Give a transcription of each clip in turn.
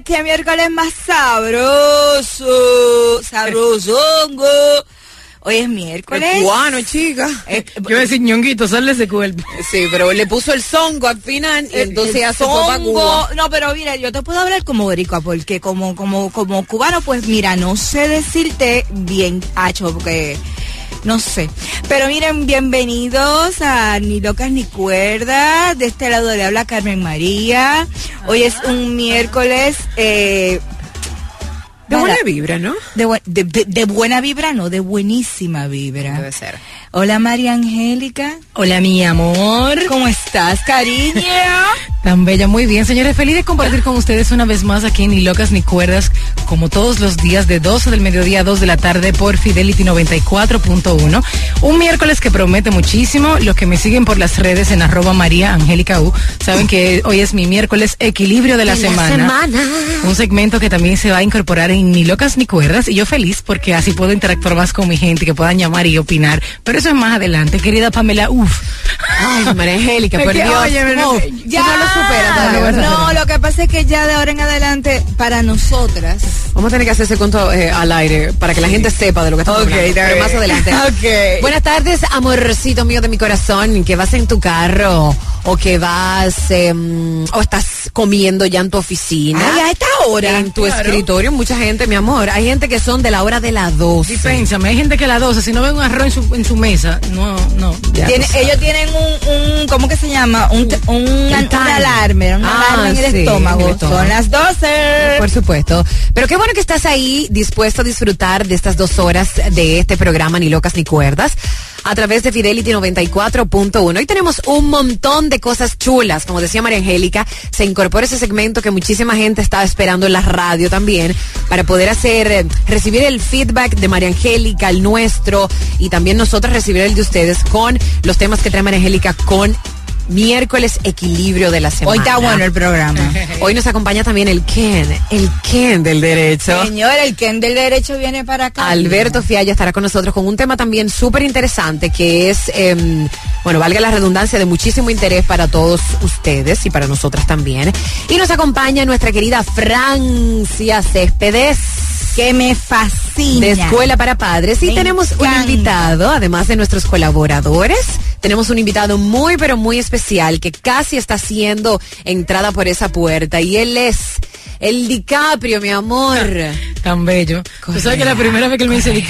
qué miércoles más sabroso, sabrosongo. Hoy es miércoles. Cubano, chica. Yo iba a decir ñonguito, sale ese cuerpo. Sí, pero le puso el zongo al final y entonces ya se fue para Cuba. No, pero mira, yo te puedo hablar como boricua, porque como cubano, pues mira, no sé decirte bien, hacho, porque no sé. Pero miren, bienvenidos a Ni Locas Ni Cuerdas. De este lado le habla Carmen María. Hoy es un miércoles... de buena vibra, ¿no? De buena vibra, no, de buenísima vibra. Debe ser. Hola, María Angélica. Hola, mi amor. ¿Cómo estás, cariño? Tan bella, muy bien, señores. Feliz de compartir con ustedes una vez más aquí en Ni Locas Ni Cuerdas, como todos los días de 12 del mediodía a 2 de la tarde por Fidelity 94.1. Un miércoles que promete muchísimo. Los que me siguen por las redes en @MariaAngélica.u saben que hoy es mi miércoles equilibrio de la semana. Un segmento que también se va a incorporar en Ni Locas Ni Cuerdas, y yo feliz porque así puedo interactuar más con mi gente, que puedan llamar y opinar. Pero eso es más adelante, querida Pamela. Ay, María Angélica, por Dios. Ya no lo superas. No, lo que pasa es que ya de ahora en adelante, para nosotras, vamos a tener que hacer ese cuento al aire para que la gente sepa de lo que estamos hablando. Pero más adelante. Okay. Buenas tardes, amorcito mío de mi corazón, que vas en tu carro o que vas o estás comiendo ya en tu oficina. Ay, a esta hora. En tu escritorio, mucha gente, mi amor. Hay gente que son de la hora de las 12. Dispénsame, hay gente que a las 12, si no ven un arroz en su mesa, no. Ellos tienen un ¿cómo que se llama? Una alarma en el estómago. Son las 12. Por supuesto. Pero qué bueno que estás ahí dispuesto a disfrutar de estas 2 horas de este programa Ni Locas Ni Cuerdas a través de Fidelity 94.1. Hoy tenemos un montón de cosas chulas. Como decía María Angélica, se incorpora ese segmento que muchísima gente estaba esperando en la radio también, para poder recibir el feedback de María Angélica, el nuestro, y también nosotros recibir el de ustedes con los temas que trae María Angélica con miércoles equilibrio de la semana. Hoy está bueno el programa. Hoy nos acompaña también el Ken del derecho. Señor, el Ken del derecho viene para acá. Alberto Fialla estará con nosotros con un tema también súper interesante, que es, valga la redundancia, de muchísimo interés para todos ustedes y para nosotras también. Y nos acompaña nuestra querida Francia Céspedes, que me fascina, de Escuela para Padres. Y tenemos un invitado, además de nuestros colaboradores, tenemos un invitado muy, pero muy especial, que casi está haciendo entrada por esa puerta, y él es el DiCaprio, mi amor. Tan bello. Tú sabes que la primera vez que él me dice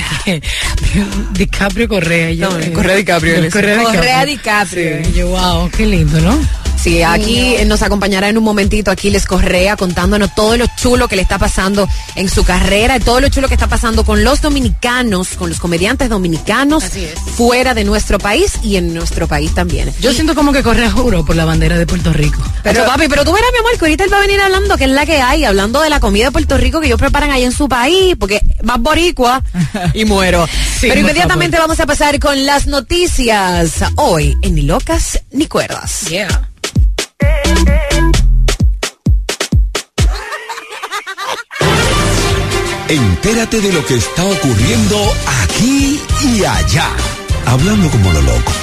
DiCaprio Correa. Correa DiCaprio. Correa DiCaprio. Sí. Yo, wow, qué lindo, ¿no? Sí, aquí nos acompañará en un momentito Aquiles Correa, contándonos todo lo chulo que le está pasando en su carrera y todo lo chulo que está pasando con los dominicanos, con los comediantes dominicanos fuera de nuestro país y en nuestro país también. Yo siento como que Correa juró por la bandera de Puerto Rico. Pero papi, pero tú verás, mi amor, que ahorita él va a venir hablando, que es la que hay, hablando de la comida de Puerto Rico que ellos preparan ahí en su país, porque vas boricua y muero. Sí, pero inmediatamente vamos a pasar con las noticias hoy en Ni Locas Ni Cuerdas. Yeah. Entérate de lo que está ocurriendo aquí y allá. Hablando como lo loco.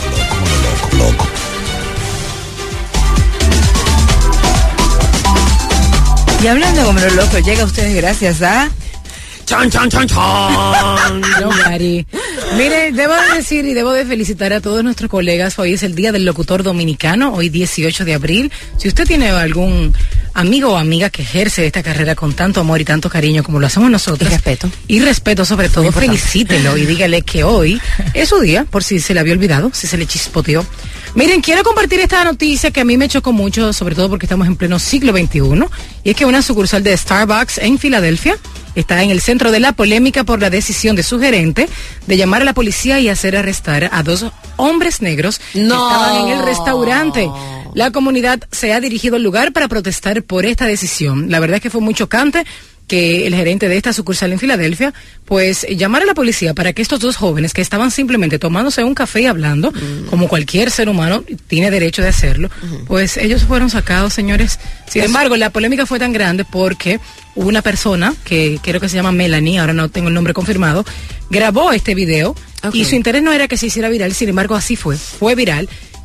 Y hablando como lo loco, llega a ustedes gracias a... ¡Chan! No, Mari. Mire, debo de decir y debo de felicitar a todos nuestros colegas. Hoy es el Día del Locutor Dominicano, hoy 18 de abril. Si usted tiene algún amigo o amiga que ejerce esta carrera con tanto amor y tanto cariño como lo hacemos nosotros. Y respeto sobre todo, felicítelo y dígale que hoy es su día, por si se le había olvidado, si se le chispoteó. Miren, quiero compartir esta noticia que a mí me chocó mucho, sobre todo porque estamos en pleno siglo XXI, y es que una sucursal de Starbucks en Filadelfia está en el centro de la polémica por la decisión de su gerente de llamar a la policía y hacer arrestar a 2 hombres negros que estaban en el restaurante. La comunidad se ha dirigido al lugar para protestar por esta decisión. La verdad es que fue muy chocante que el gerente de esta sucursal en Filadelfia, pues, llamara a la policía para que estos 2 jóvenes que estaban simplemente tomándose un café y hablando, como cualquier ser humano tiene derecho de hacerlo, pues ellos fueron sacados, señores. Sin embargo, la polémica fue tan grande porque hubo una persona, que creo que se llama Melanie, ahora no tengo el nombre confirmado, grabó este video y su interés no era que se hiciera viral, sin embargo así fue viral.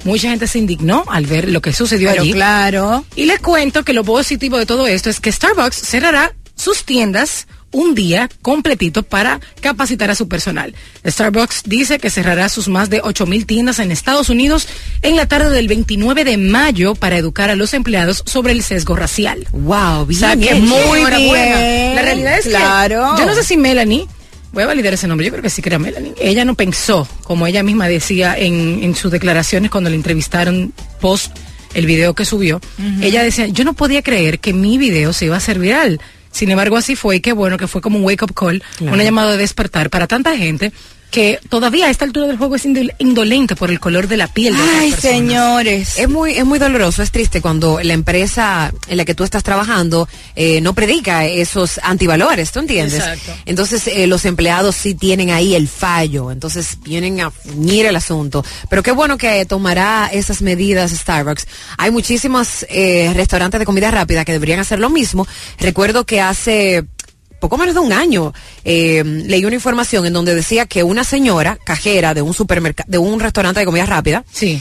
Mucha gente se indignó al ver lo que sucedió allí. Claro. Y les cuento que lo positivo de todo esto es que Starbucks cerrará sus tiendas un día completito para capacitar a su personal. Starbucks dice que cerrará sus más de 8,000 tiendas en Estados Unidos en la tarde del 29 de mayo para educar a los empleados sobre el sesgo racial. Wow, bien. O sea, que muy bien. La realidad es que yo no sé si Melanie, voy a validar ese nombre, yo creo que sí que era Melanie. Ella no pensó, como ella misma decía en sus declaraciones cuando la entrevistaron post el video que subió, ella decía, yo no podía creer que mi video se iba a hacer viral. Sin embargo, así fue, y qué bueno que fue como un wake-up call, una llamada de despertar para tanta gente que todavía a esta altura del juego es indolente por el color de la piel de las personas. Señores. Es muy doloroso, es triste cuando la empresa en la que tú estás trabajando no predica esos antivalores, ¿tú entiendes? Exacto. Entonces, los empleados sí tienen ahí el fallo, entonces vienen a unir el asunto. Pero qué bueno que tomará esas medidas Starbucks. Hay muchísimos restaurantes de comida rápida que deberían hacer lo mismo. Recuerdo que hace poco menos de un año, leí una información en donde decía que una señora cajera de un supermercado, de un restaurante de comida rápida, sí,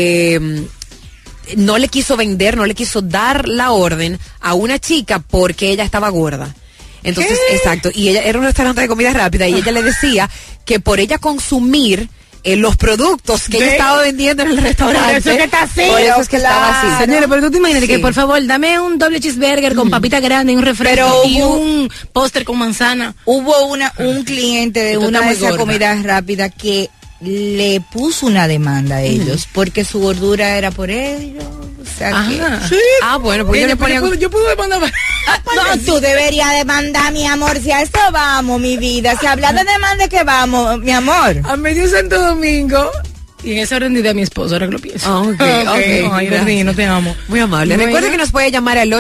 no le quiso dar la orden a una chica porque ella estaba gorda. Entonces, exacto, y ella era un restaurante de comida rápida y ella le decía que por ella consumir los productos que ella estaba vendiendo en el restaurante. Por eso que está así. Por eso es que estaba así. Señores, pero tú te imaginas que, por favor, dame un doble cheeseburger con papita grande y un refresco y un póster con manzana. Hubo un cliente de una de esas comidas rápidas que le puso una demanda a ellos porque su gordura era por ellos. O sea que, sí. Bueno, pues yo puedo demandar. No, tú deberías demandar, mi amor. Si a esto vamos, mi vida. Si hablando de demanda, que vamos, mi amor. A medio Santo Domingo. Y en esa rendida a mi esposo, ahora que lo pienso. Okay. Ay, Bernie, no te amo. Muy amable. Bueno. Recuerde que nos puede llamar al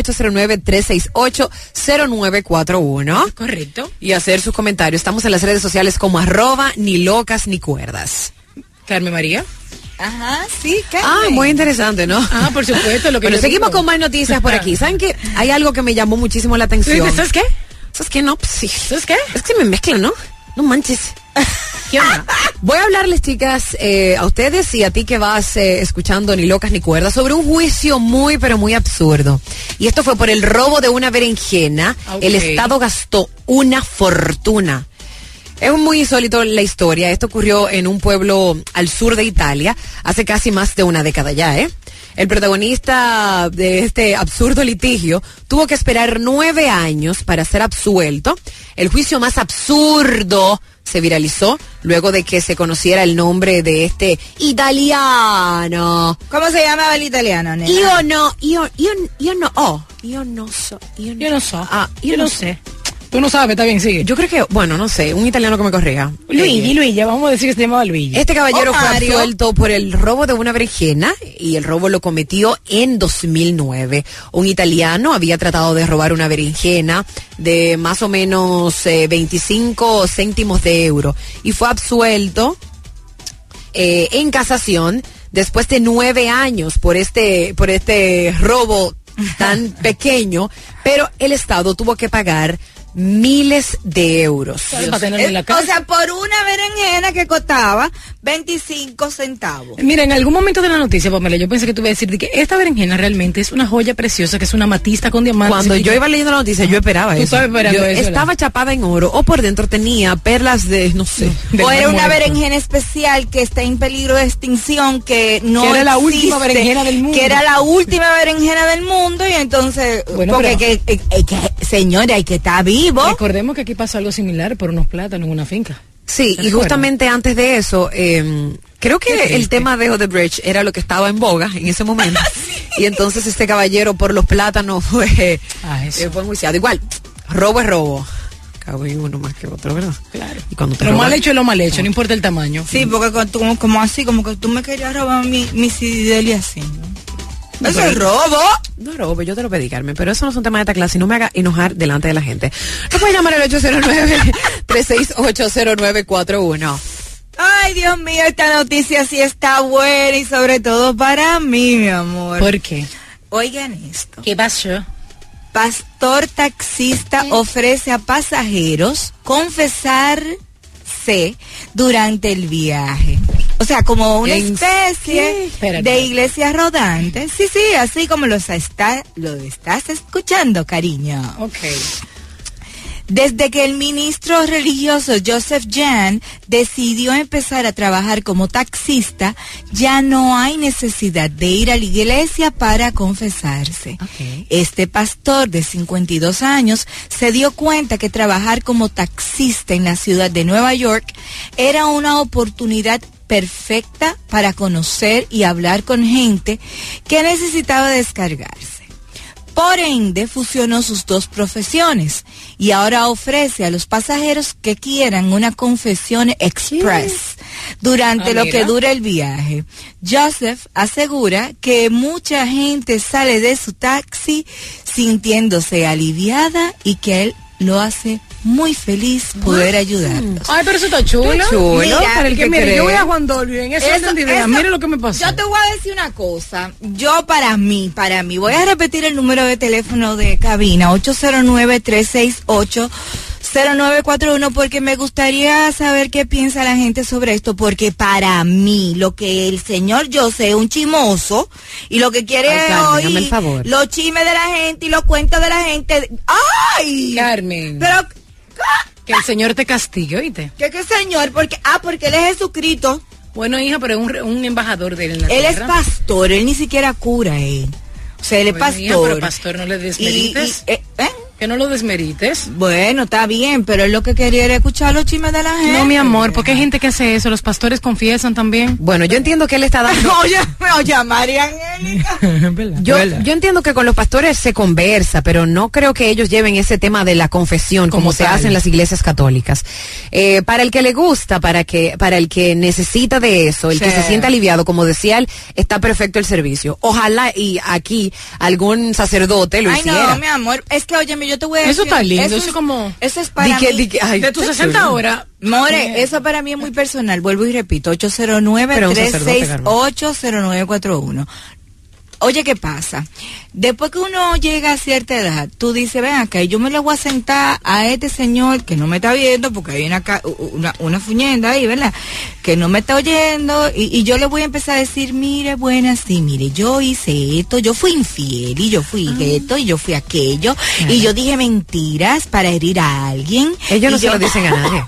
809-368-0941. Correcto. Y hacer sus comentarios. Estamos en las redes sociales como @ni locas ni cuerdas. Carmen María. Ajá, sí, Carmen. Muy interesante, ¿no? Por supuesto. Lo que Bueno, seguimos con más noticias por aquí. ¿Saben qué? Hay algo que me llamó muchísimo la atención. ¿Sabes qué? ¿Sabes qué? No, pues sí. ¿Sabes qué? Es que me mezclan, ¿no? No manches. ¿Qué onda? Voy a hablarles, chicas, a ustedes y a ti que vas escuchando Ni Locas Ni Cuerdas, sobre un juicio muy, pero muy absurdo. Y esto fue por el robo de una berenjena. Okay. El Estado gastó una fortuna. Es muy insólito la historia. Esto ocurrió en un pueblo al sur de Italia, hace casi más de una década ya, ¿eh? El protagonista de este absurdo litigio tuvo que esperar 9 años para ser absuelto. El juicio más absurdo se viralizó luego de que se conociera el nombre de este italiano. ¿Cómo se llamaba el italiano, nena? Yo no sé. Tú no sabes, está bien, sigue. Yo creo que, bueno, no sé, un italiano que me corrija. Luigi, ya vamos a decir que se llamaba Luigi. Este caballero fue Mario. absuelto por el robo de una berenjena y el robo lo cometió en 2009. Un italiano había tratado de robar una berenjena de más o menos 25 céntimos de euro y fue absuelto en casación después de 9 años por este robo tan pequeño, pero el Estado tuvo que pagar miles de euros. Para tenerlo en la O casa. sea, por una berenjena que costaba 25 centavos. Mira, en algún momento de la noticia, Pamela, yo pensé que tú ibas a decir de que esta berenjena realmente es una joya preciosa, que es una amatista con diamantes. Cuando yo iba leyendo la noticia, yo esperaba Tú eso. estabas esperando Yo eso, estaba chapada en oro o por dentro tenía perlas de, no sé. Del O era mar una muerto. berenjena especial que está en peligro de extinción, que no Que era la última existe, berenjena del mundo. Que era la última berenjena del mundo y entonces, Bueno, porque señora, hay que estar vivo. Recordemos que aquí pasó algo similar por unos plátanos en una finca. Sí, ¿Te y recuerdas? justamente antes de eso, creo Qué que triste. el tema de Odebrecht era lo que estaba en boga en ese momento. Y entonces este caballero por los plátanos fue enjuiciado. Igual, robo es robo. Cabe uno más que otro, ¿verdad? Claro. Y cuando te Lo roban- mal hecho es lo mal hecho, no importa el tamaño. Sí, porque como así, como que tú me querías robar mi CD y así, ¿no? Eso pero- es robo. No robo, yo te lo pedí, Carmen, pero eso no es un tema de esta clase y no me haga enojar delante de la gente. No puedes llamar al 809-368-0941. Ay, Dios mío, esta noticia sí está buena y sobre todo para mí, mi amor. ¿Por qué? Oigan esto. ¿Qué pasó? Pastor taxista ofrece a pasajeros confesarse durante el viaje. O sea, como una ¿En especie Espérate. de iglesia rodante. Sí, así como lo estás escuchando, cariño. Ok. Desde que el ministro religioso Joseph Jan decidió empezar a trabajar como taxista, ya no hay necesidad de ir a la iglesia para confesarse. Okay. Este pastor de 52 años se dio cuenta que trabajar como taxista en la ciudad de Nueva York era una oportunidad perfecta para conocer y hablar con gente que necesitaba descargarse. Por ende, fusionó sus dos profesiones y ahora ofrece a los pasajeros que quieran una confesión express durante lo que dura el viaje. Joseph asegura que mucha gente sale de su taxi sintiéndose aliviada y que él lo hace muy feliz poder ayudarlos. Ay, pero eso está chulo. Qué chulo, Mira, para el que Mire, cree. yo voy a Juan Dolio en eso entendí idea. Mire lo que me pasó. Yo te voy a decir una cosa. Yo para mí, voy a repetir el número de teléfono de cabina, 809-368-0941, porque me gustaría saber qué piensa la gente sobre esto, porque para mí, lo que el señor José es un chimoso, y lo que quiere Ay, es Carmen, hazme el oír favor. los chismes de la gente y los cuentos de la gente. ¡Ay! Carmen. Pero, Que el Señor te castigue, ¿oíste? ¿qué señor? Porque él es Jesucristo. Bueno, hija, pero es un embajador de él en la Él es tierra. pastor, él ni siquiera cura, él. O sea, él es Bueno, pastor. hija, pero pastor, no le desmerites. Que no lo desmerites. Bueno, está bien, pero él lo que quería era escuchar los chismes de la gente. No, mi amor, porque hay gente que hace eso. Los pastores confiesan también. Bueno, yo entiendo que él está dando... Oye, María Angélica. Yo entiendo que con los pastores se conversa, pero no creo que ellos lleven ese tema de la confesión como Como se tal. hace en las iglesias católicas. Para el que le gusta, para el que necesita de eso, el que Sí. se sienta aliviado, como decía él, está perfecto el servicio. Ojalá y aquí algún sacerdote lo Ay, hiciera. no, mi amor, es que, óyeme, yo te voy a decir... Eso está lindo, eso es como... Eso es para mí... Ay, De tus 60 horas. More, eso para mí es muy personal. Vuelvo y repito, Pero un sacerdote, 809-368-0941. Oye, ¿qué pasa? Después que uno llega a cierta edad, tú dices, ven acá, yo me lo voy a sentar a este señor que no me está viendo, porque hay una fuñenda ahí, ¿verdad? Que no me está oyendo, y yo le voy a empezar a decir, mire, buenas, sí, mire, yo hice esto, yo fui infiel, y yo fui esto, y yo fui aquello, y yo dije mentiras para herir a alguien. Ellos no y se yo- lo dicen a nadie.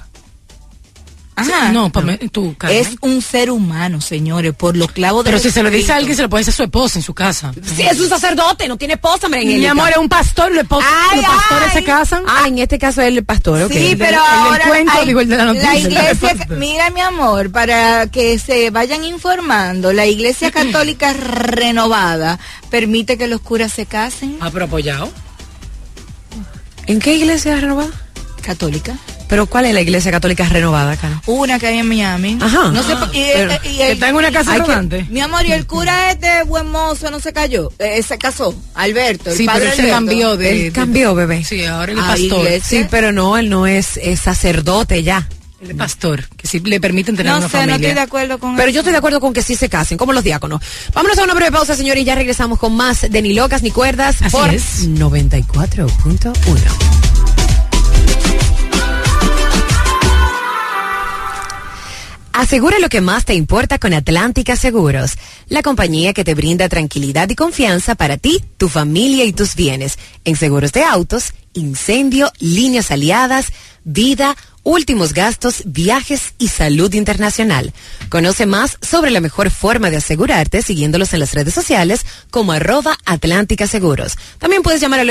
Ajá. No, tú, Carmen. Es un ser humano, señores, por los clavos de Pero si se lo dice a Jesucristo. alguien, se lo puede decir a su esposa en su casa. Sí, es un sacerdote, no tiene esposa, hombre, Mi amor, es un pastor, los Ay, pastores ay. se casan. Ah, en este caso es el pastor, ok. Sí, pero del ahora cuento, digo, el de la noticia, el de la iglesia, pastor. mira mi amor, para que se vayan informando, la iglesia católica renovada permite que los curas se casen. Ah, pero apoyado. ¿En qué iglesia renovada? Católica. ¿Pero cuál es la iglesia católica renovada, Carmen? Una que hay en Miami. Ajá. No sé, pero- Que está en una casa rodante. mi amor, y el cura este buen mozo no se cayó, se casó, Alberto, el Sí, padre pero él se Alberto. cambió de... Él cambió, bebé. Sí, ahora él es Ah, pastor. iglesia. Sí, pero no, él no es sacerdote ya. Él es pastor, que sí le permiten tener No una sé, no familia. estoy de acuerdo con Pero eso. yo estoy de acuerdo con que sí se casen, como los diáconos. Vámonos a una breve pausa, señores, y ya regresamos con más de Ni Locas ni Cuerdas Así por es. 94.1. Asegura lo que más te importa con Atlántica Seguros, la compañía que te brinda tranquilidad y confianza para ti, tu familia y tus bienes, en seguros de autos, incendio, líneas aliadas, vida, últimos gastos, viajes y salud internacional. Conoce más sobre la mejor forma de asegurarte siguiéndolos en las redes sociales como @Atlántica Seguros. También puedes llamar al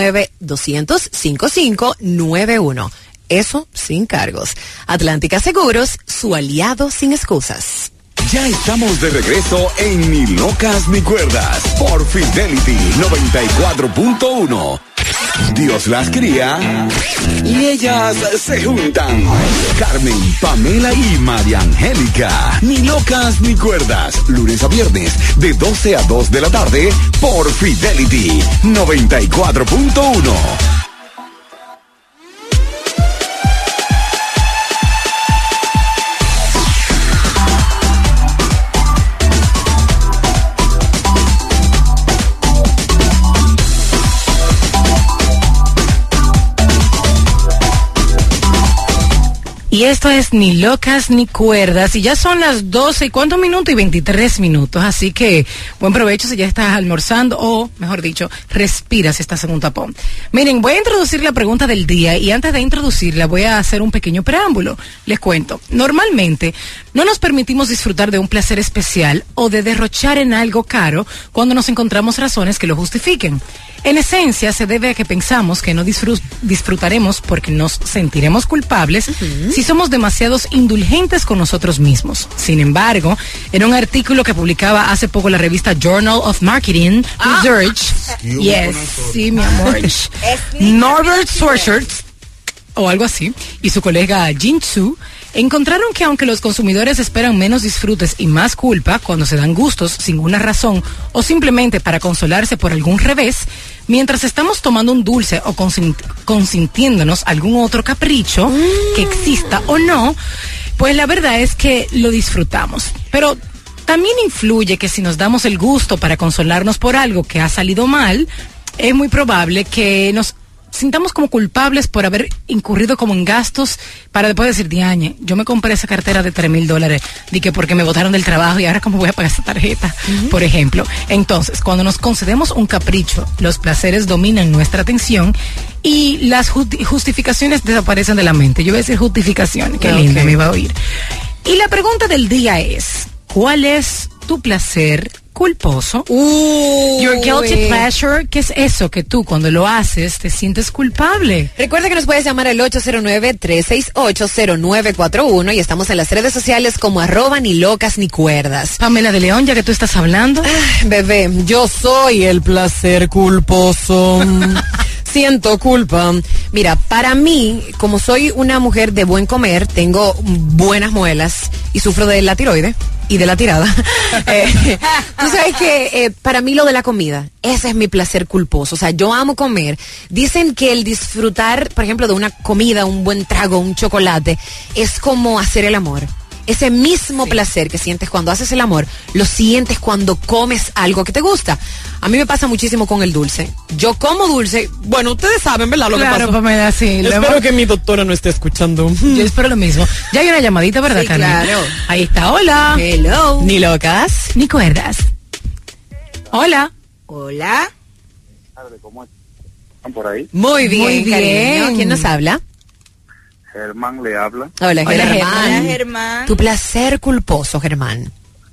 809-200-5591. Eso sin cargos. Atlántica Seguros, su aliado sin excusas. Ya estamos de regreso en Ni Locas ni Cuerdas por Fidelity 94.1. Dios las cría y ellas se juntan. Carmen, Pamela y María Angélica. Ni Locas ni Cuerdas. Lunes a viernes de 12 a 2 de la tarde por Fidelity 94.1. Y esto es Ni Locas Ni Cuerdas. Y ya son las 12 y cuántos minutos y 23 minutos. Así que buen provecho si ya estás almorzando o, mejor dicho, respira si estás en un tapón. Miren, voy a introducir la pregunta del día y antes de introducirla voy a hacer un pequeño preámbulo. Les cuento. Normalmente no nos permitimos disfrutar de un placer especial o de derrochar en algo caro cuando nos encontramos razones que lo justifiquen. En esencia, se debe a que pensamos que no disfrutaremos porque nos sentiremos culpables si somos demasiados indulgentes con nosotros mismos. Sin embargo, en un artículo que publicaba hace poco la revista Journal of Marketing Research, sí, mi amor, Norbert Schwarzschild, o algo así, y su colega Jin Tzu, encontraron que aunque los consumidores esperan menos disfrutes y más culpa cuando se dan gustos sin una razón o simplemente para consolarse por algún revés, mientras estamos tomando un dulce o consintiéndonos algún otro capricho, que exista o no, pues la verdad es que lo disfrutamos. Pero también influye que si nos damos el gusto para consolarnos por algo que ha salido mal, es muy probable que nos sintamos como culpables por haber incurrido como en gastos para después decir, diañe, yo me compré esa cartera de $3,000 di que porque me botaron del trabajo y ahora cómo voy a pagar esa tarjeta, por ejemplo. Entonces, cuando nos concedemos un capricho, los placeres dominan nuestra atención y las justificaciones desaparecen de la mente. Yo voy a decir justificación, qué lindo me iba a oír. Y la pregunta del día es, ¿cuál es tu placer culposo? Your guilty pleasure, ¿qué es eso que tú cuando lo haces te sientes culpable? Recuerda que nos puedes llamar al 809-368-0941 y estamos en las redes sociales como @nilocasnicuerdas. Pamela de León, ya que tú estás hablando. Bebé, yo soy el placer culposo. Siento culpa. Mira, para mí, como soy una mujer de buen comer, tengo buenas muelas y sufro de la tiroides y de la tirada. Tú sabes que para mí lo de la comida, ese es mi placer culposo. O sea, yo amo comer. Dicen que el disfrutar, por ejemplo, de una comida, un buen trago, un chocolate, es como hacer el amor. Ese mismo placer que sientes cuando haces el amor, lo sientes cuando comes algo que te gusta. A mí me pasa muchísimo con el dulce. Yo como dulce, bueno, ustedes saben, ¿verdad? Lo que pasa. Pamela, sí. Espero que mi doctora no esté escuchando. Yo espero lo mismo. Ya hay una llamadita, ¿verdad, sí, Carmen? Claro. Ahí está, hola. Hello. Ni locas, ni cuerdas. Hola. Hola. ¿Cómo están por ahí? Muy bien, Muy bien. cariño. ¿Quién nos habla? Germán le habla. Hola, Germán. Hola, Germán. Tu placer culposo, Germán.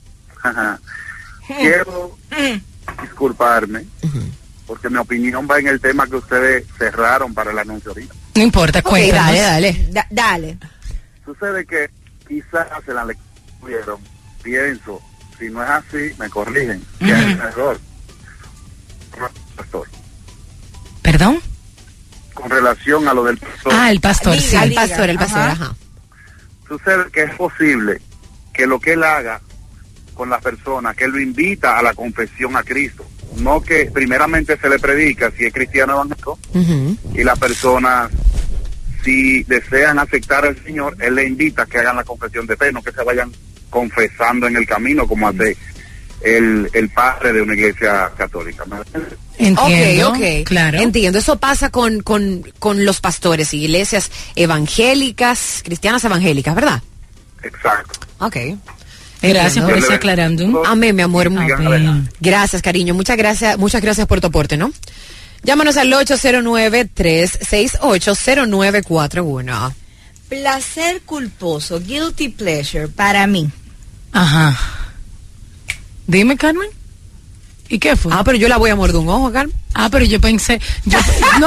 Quiero disculparme porque mi opinión va en el tema que ustedes cerraron para el anuncio ahorita. No importa, cuéntanos. Dale. Dale. Sucede que quizás en la lectura pienso, si no es así, me corrigen, que hay un error. Pastor. ¿Perdón? Con relación a lo del pastor. El pastor, sí. El pastor, ajá. Sucede que es posible que lo que él haga con la persona, que él lo invita a la confesión a Cristo, no que primeramente se le predica si es cristiano evangélico, y la persona, si desean aceptar al Señor, él le invita a que hagan la confesión de fe, no que se vayan confesando en el camino como hace el padre de una iglesia católica. Entiendo, okay. Claro. Entiendo, eso pasa con los pastores, iglesias evangélicas, cristianas evangélicas, ¿verdad? Exacto. Ok. Gracias por ese aclarando. Amén, mi amor. Amén. Gracias, cariño. Muchas gracias por tu aporte, ¿no? Llámanos al 809-368-0941. Placer culposo, guilty pleasure, para mí. Ajá. Dime, Carmen. ¿Y qué fue? Pero yo la voy a morder un ojo, Carmen. Pero yo pensé, que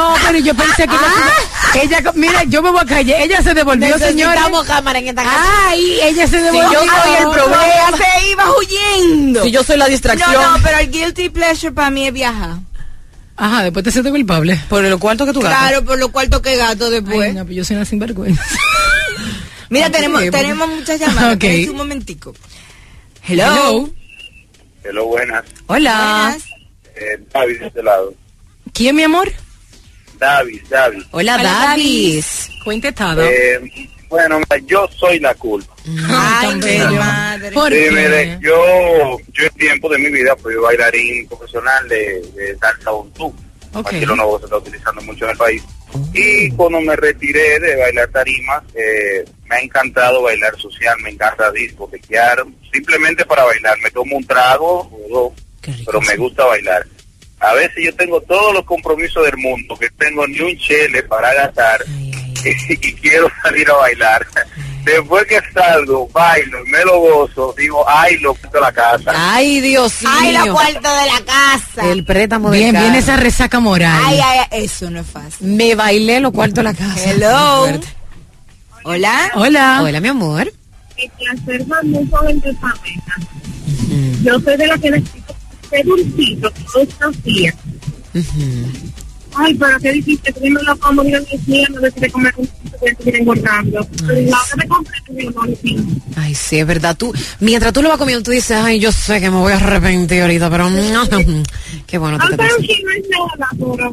ella, mira, yo me voy a callar, ella se devolvió, señora. Necesitamos cámara en esta casa. Ella se devolvió. Si yo soy el problema. Ella se iba huyendo. Si yo soy la distracción. No, pero el guilty pleasure para mí es viajar. Ajá, después te sientes culpable. Por lo cuarto que tú gastas. Claro, por lo cuarto que gasto después. Ay, no, pero yo soy una sinvergüenza. Mira, tenemos muchas llamadas. Okay. Un momentico. Hello. Hello, buenas. Hola. Buenas. David de este lado. ¿Quién, mi amor? David. Hola, Davis. Cuente todo. Bueno, yo soy la culpa. Ay, tan mi bello. madre. ¿Por Sí, qué? mire, yo en tiempo de mi vida fui bailarín profesional de danza Ubuntu. Okay. Aquí lo nuevo se está utilizando mucho en el país. Y cuando me retiré de bailar tarimas, me ha encantado bailar social, me encanta discotequear, simplemente para bailar. Me tomo un trago o dos, pero me gusta bailar. A veces yo tengo todos los compromisos del mundo, que tengo ni un chele para gastar y quiero salir a bailar. Después que salgo, bailo, me lo gozo, digo, ay, lo cuarto de la casa. Ay, Dios mío. Ay, los cuartos de la casa. El préstamo de Bien, carro. viene esa resaca moral. Ay, ay, eso no es fácil. Me bailé los cuartos de la casa. Hello. Fuerte. Hola. Hola. Hola, mi amor. El placer va mucho en tu pareja. Yo soy de la que necesito ser dulcito todos los días. Ay, pero qué difícil, que no lo como, digo, Dios mío, no decide comer un poquito, que seguir engordando. Pero la hora de comprar, digo, no, sí. Ay, sí, es verdad. Mientras tú lo vas comiendo, tú dices, ay, yo sé que me voy a arrepentir ahorita, pero qué bueno. Aunque un chino no es nada, pero...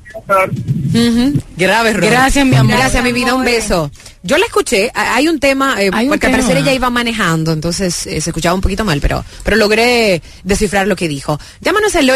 Grave error. Gracias, mi amor. Gracias, mi vida, un beso. Yo la escuché, hay un tema, porque al parecer ella iba manejando, entonces se escuchaba un poquito mal, pero logré descifrar lo que dijo. Llámanos al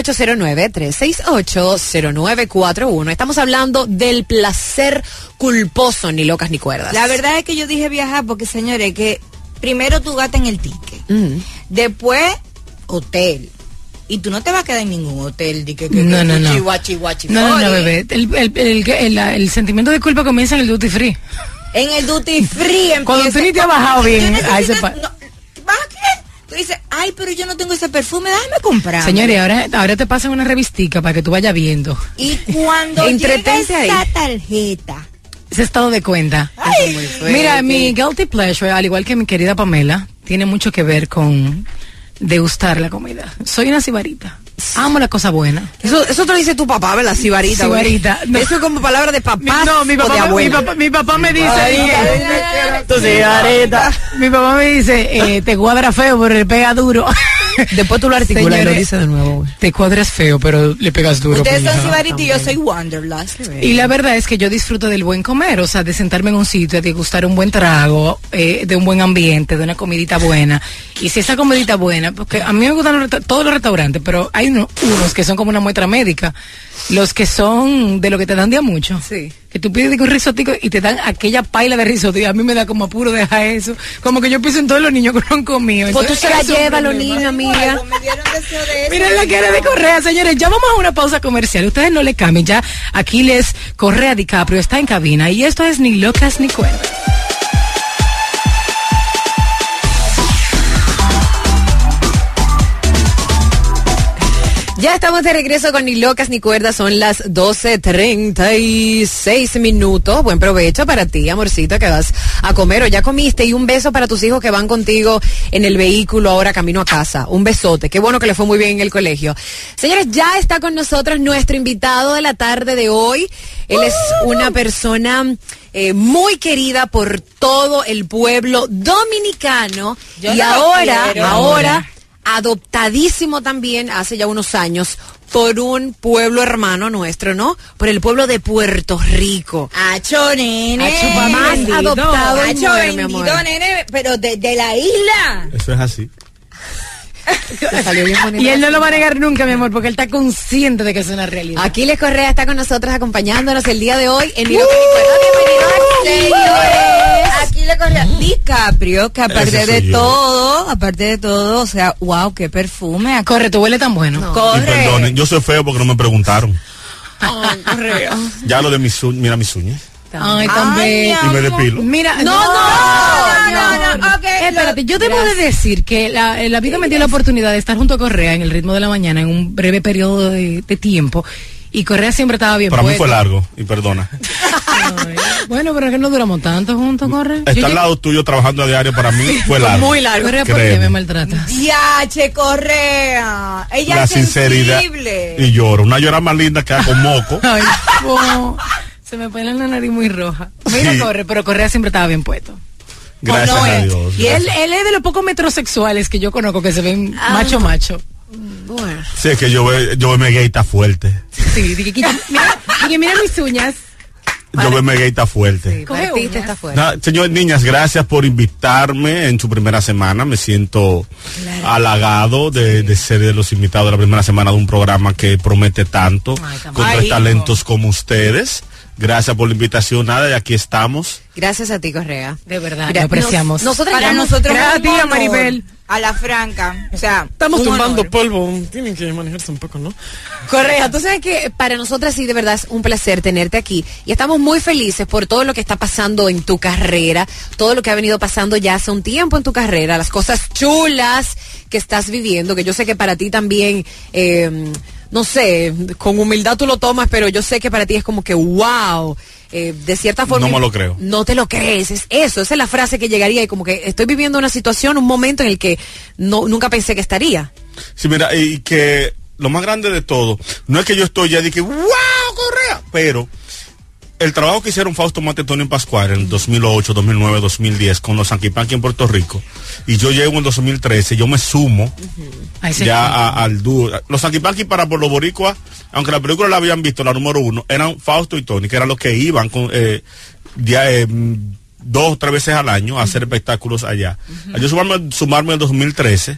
809-368-0941. Estamos hablando del placer culposo, ni locas ni cuerdas. La verdad es que yo dije viajar porque, señores, que primero tú gastas en el ticket, después hotel. Y tú no te vas a quedar en ningún hotel. No, bebé. El sentimiento de culpa comienza en el duty free. En el duty free empieza. Cuando tú ni te has bajado bien a ese ¿Vas a qué? Tú dices, ay, pero yo no tengo ese perfume, déjame comprar. Señores, ahora te pasan una revistica para que tú vayas viendo. Y cuando llega Entretente esa ahí. tarjeta. Ese estado de cuenta. Ay, Mira, mi guilty pleasure, al igual que mi querida Pamela, tiene mucho que ver con degustar la comida. Soy una sibarita. Amo la cosa buena. Eso te lo dice tu papá, ¿verdad? Sibarita. Sibarita. No. Eso es como palabra de papá. Mi papá me dice, Tu sibarita. mi papá me dice, te cuadra feo, pero le pega duro. Después tú lo articulas y lo dices de nuevo. Te cuadras feo, pero le pegas duro. ustedes son puñeta. Sibarita y yo soy Wanderlust. Y la verdad es que yo disfruto del buen comer, o sea, de sentarme en un sitio, de degustar un buen trago, de un buen ambiente, de una comidita buena. Y si esa comidita buena, porque a mí me gustan todos los restaurantes, pero hay unos que son como una muestra médica, los que son de lo que te dan día mucho. Sí. Que tú pides un risotico y te dan aquella paila de risotto y a mí me da como apuro dejar eso. Como que yo pienso en todos los niños que no han comido. Pues tú se la Entonces, llevas a los problema. niños, amiga. Me dieron deseo de eso. Miren la cara de Correa, señores. Ya vamos a una pausa comercial. Ustedes no le cambien. Ya Aquiles Correa DiCaprio está en cabina. Y esto es Ni Locas Ni Cuerdas. Ya estamos de regreso con Ni Locas Ni Cuerdas, son las 12:36 minutos. Buen provecho para ti, amorcito, que vas a comer o ya comiste. Y un beso para tus hijos que van contigo en el vehículo ahora camino a casa. Un besote, qué bueno que le fue muy bien en el colegio. Señores, ya está con nosotros nuestro invitado de la tarde de hoy. Él es una persona muy querida por todo el pueblo dominicano. Yo Y no lo ahora, quiero. adoptadísimo también hace ya unos años por un pueblo hermano nuestro, ¿no? Por el pueblo de Puerto Rico. Acho, nene. Acho, papá, Más bendito. adoptado y Acho, muere, mi amor. bendito, nene, pero de la isla. Eso es así. Te salió bien bonito. Y él no lo va a negar nunca, mi amor, porque él está consciente de que es una realidad. Aquiles Correa está con nosotros acompañándonos el día de hoy en Ni Locas Ni Cuerdas. Bienvenido, Señores, aquí le corría DiCaprio, que aparte Ese de soy yo. todo, o sea, wow, qué perfume. Corre, tú huele tan bueno. Y Corre. perdonen, yo soy feo porque no me preguntaron. Ay, Correa. Ya lo de mis uñas, mira mis uñas. Ay, tan bello. Y me depilo. Mira, No, ok. Espérate, yo debo de decir que la vida me dio la oportunidad de estar junto a Correa en el ritmo de la mañana en un breve periodo de tiempo y Correa siempre estaba bien Para mí puesto. fue largo, y perdona. Ay, bueno, pero es que no duramos tanto juntos, Correa. Estar al lado tuyo trabajando a diario para mí fue largo. Muy largo. Correa, ¿por qué Créeme. me maltratas? Diache, Correa. Ella La es sinceridad. sensible. Y lloro. Una llora más linda que con moco. Ay, po, se me pone la nariz muy roja. Mira, Sí. Corre, pero Correa siempre estaba bien puesto. Gracias no a es. Dios. Y él gracias. es de los pocos metrosexuales que yo conozco que se ven macho. Bueno. Sí, es que yo me gay está fuerte. Sí, mira mis uñas. Yo me gay está fuerte. Coge Artista uñas. está fuera. Nada, señor, niñas, gracias por invitarme en su primera semana. Me siento halagado de ser de los invitados de la primera semana de un programa que promete tanto, Ay, con tres talentos como ustedes. Gracias por la invitación, nada, y aquí estamos. Gracias a ti, Correa. De verdad, Mira, lo apreciamos. Para nosotros Gracias, es un honor, Maribel. a la franca, o sea, Estamos un tumbando honor. polvo, tienen que manejarse un poco, ¿no? Correa, tú sabes que para nosotras sí, de verdad es un placer tenerte aquí y estamos muy felices por todo lo que está pasando en tu carrera, todo lo que ha venido pasando ya hace un tiempo en tu carrera, las cosas chulas que estás viviendo, que yo sé que para ti también, no sé, con humildad tú lo tomas, pero yo sé que para ti es como que wow. De cierta forma No me lo creo. no te lo crees, es eso, esa es la frase que llegaría y como que estoy viviendo una situación, un momento en el que nunca pensé que estaría. Sí, mira, y que lo más grande de todo, no es que yo estoy ya de que, ¡wow, Correa! Pero el trabajo que hicieron Fausto Mata y Tony Pascual en 2008, 2009, 2010 con los Sanky Panky en Puerto Rico, y yo llego en 2013, yo me sumo al dúo. Los Sanky Panky para por los boricuas, aunque la película la habían visto, la número 1, eran Fausto y Tony, que eran los que iban con 2 o 3 veces al año a hacer espectáculos allá. Yo sumarme en 2013,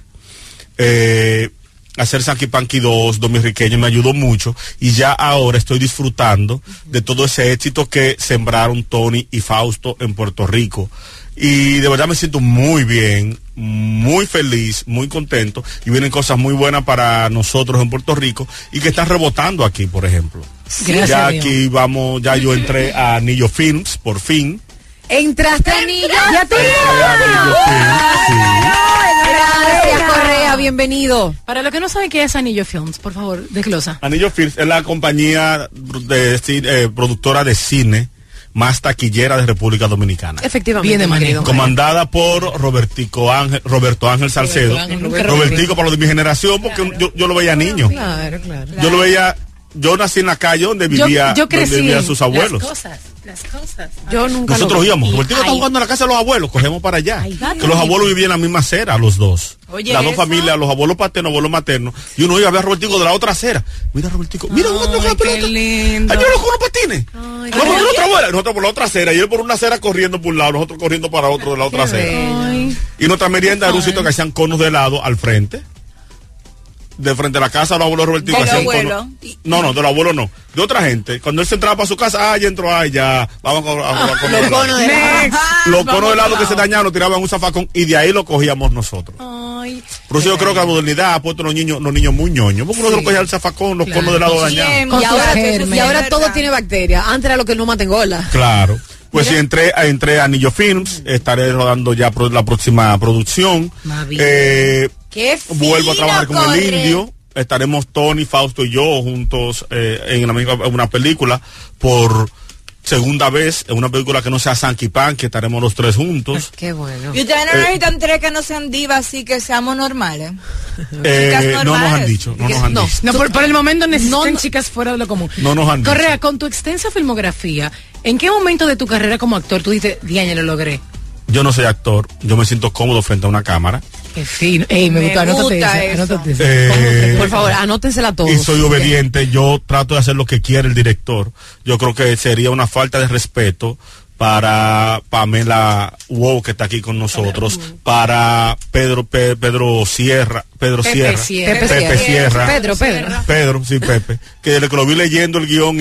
hacer Sanky Panky 2 dominiqueño me ayudó mucho y ya ahora estoy disfrutando de todo ese éxito que sembraron Tony y Fausto en Puerto Rico y de verdad me siento muy bien, muy feliz, muy contento y vienen cosas muy buenas para nosotros en Puerto Rico y que están rebotando aquí, por ejemplo. Gracias Ya a Dios. aquí vamos, ya yo entré a Anillo Films por fin. ¿Entraste a Anillo? Ya te Anillo Films, sí. Gracias, Correa, bienvenido. Para los que no saben qué es Anillo Films, por favor, desglosa. Anillo Films es la compañía productora de cine más taquillera de República Dominicana. Efectivamente. Bien de marido. Comandada por Roberto Ángel Salcedo. Robertico para los de mi generación, porque yo lo veía niño. Claro. Yo lo veía, yo nací en la calle donde vivía, yo crecí, donde vivían sus abuelos. Las cosas. Yo nunca Nosotros íbamos, Y Robertico está ahí- jugando en la casa de los abuelos, cogemos para allá. va, Que los abuelos vivían en la misma acera, los dos. Oye, Las dos eso. familias, los abuelos paternos, abuelos maternos. Y uno iba a ver a Robertico de la otra acera. Mira, Robertico, mira, Ay, jugando con la qué pelota. lindo. Ay, yo con unos patines. Nosotros por la otra acera, y él por una acera corriendo por un lado, nosotros corriendo para otro de la otra acera. Ay, Y nuestra merienda era un sitio que hacían conos de helado al frente. De frente a la casa de los abuelos Robertico. ¿De los hacían abuelos? conos. No, de los abuelos no. De otra gente. Cuando él se entraba para su casa, ya entró, ya. Vamos a comer Los conos de helado. los conos de helado que se dañaron lo tiraban en un zafacón y de ahí lo cogíamos nosotros. ay. Por eso yo creo que la modernidad ha puesto a los niños muy ñoños. Porque nosotros cogíamos el zafacón, los conos de helado dañados. Bien, Con y sus ahora, gérmenes. Y ahora es todo verdad. tiene bacterias. Antes era lo que no maten gola. Claro. Pues sí, entré a Anillo Films, estaré rodando ya la próxima producción. Mavi. Qué Vuelvo a trabajar fino, con el Corre. Indio. Estaremos Tony, Fausto y yo juntos en una película por segunda vez, en una película que no sea Sanky Pan, que estaremos los 3 juntos. Qué bueno. Y ustedes no necesitan 3 que no sean divas, así que seamos normales. Chicas No nos han normales. dicho, no nos han No. dicho. No, por el momento necesitan No, chicas fuera de lo común. No nos han dicho. Correa, con tu extensa filmografía, ¿en qué momento de tu carrera como actor tú dices, Diana, lo logré? Yo no soy actor, yo me siento cómodo frente a una cámara. Qué fino. Ey, me Me gustó, anótate gusta esa, eso. anótate esa. Por favor, anótensela todos. Y soy obediente, yo trato de hacer lo que quiere el director. Yo creo que sería una falta de respeto para Pamela Wow, que está aquí con nosotros, para Pedro Sierra, Pepe Sierra. Pedro. Pedro, sí, Pepe, que desde que lo vi leyendo el guión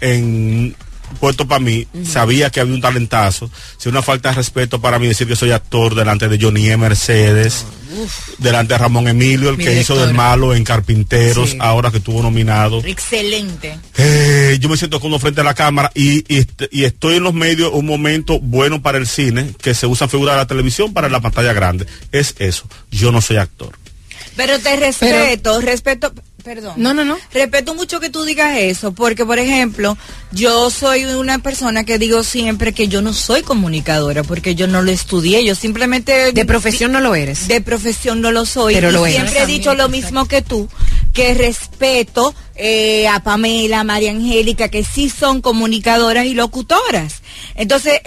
en Puerto para mí, sabía que había un talentazo. Si una falta de respeto para mí decir que soy actor delante de Johnny E. Mercedes, delante de Ramón Emilio, el Mi que hizo directora. del malo en Carpinteros, Sí. ahora que estuvo nominado. Excelente. Yo me siento como frente a la cámara y estoy en los medios, un momento bueno para el cine, que se usa figura de la televisión para la pantalla grande. Es eso, yo no soy actor. Pero te respeto, perdón. No. Respeto mucho que tú digas eso, porque por ejemplo, yo soy una persona que digo siempre que yo no soy comunicadora, porque yo no lo estudié, yo simplemente... De profesión no lo eres. De profesión no lo soy. Pero y lo eres. siempre he dicho lo mismo que tú, que respeto a Pamela, a María Angélica, que sí son comunicadoras y locutoras. Entonces,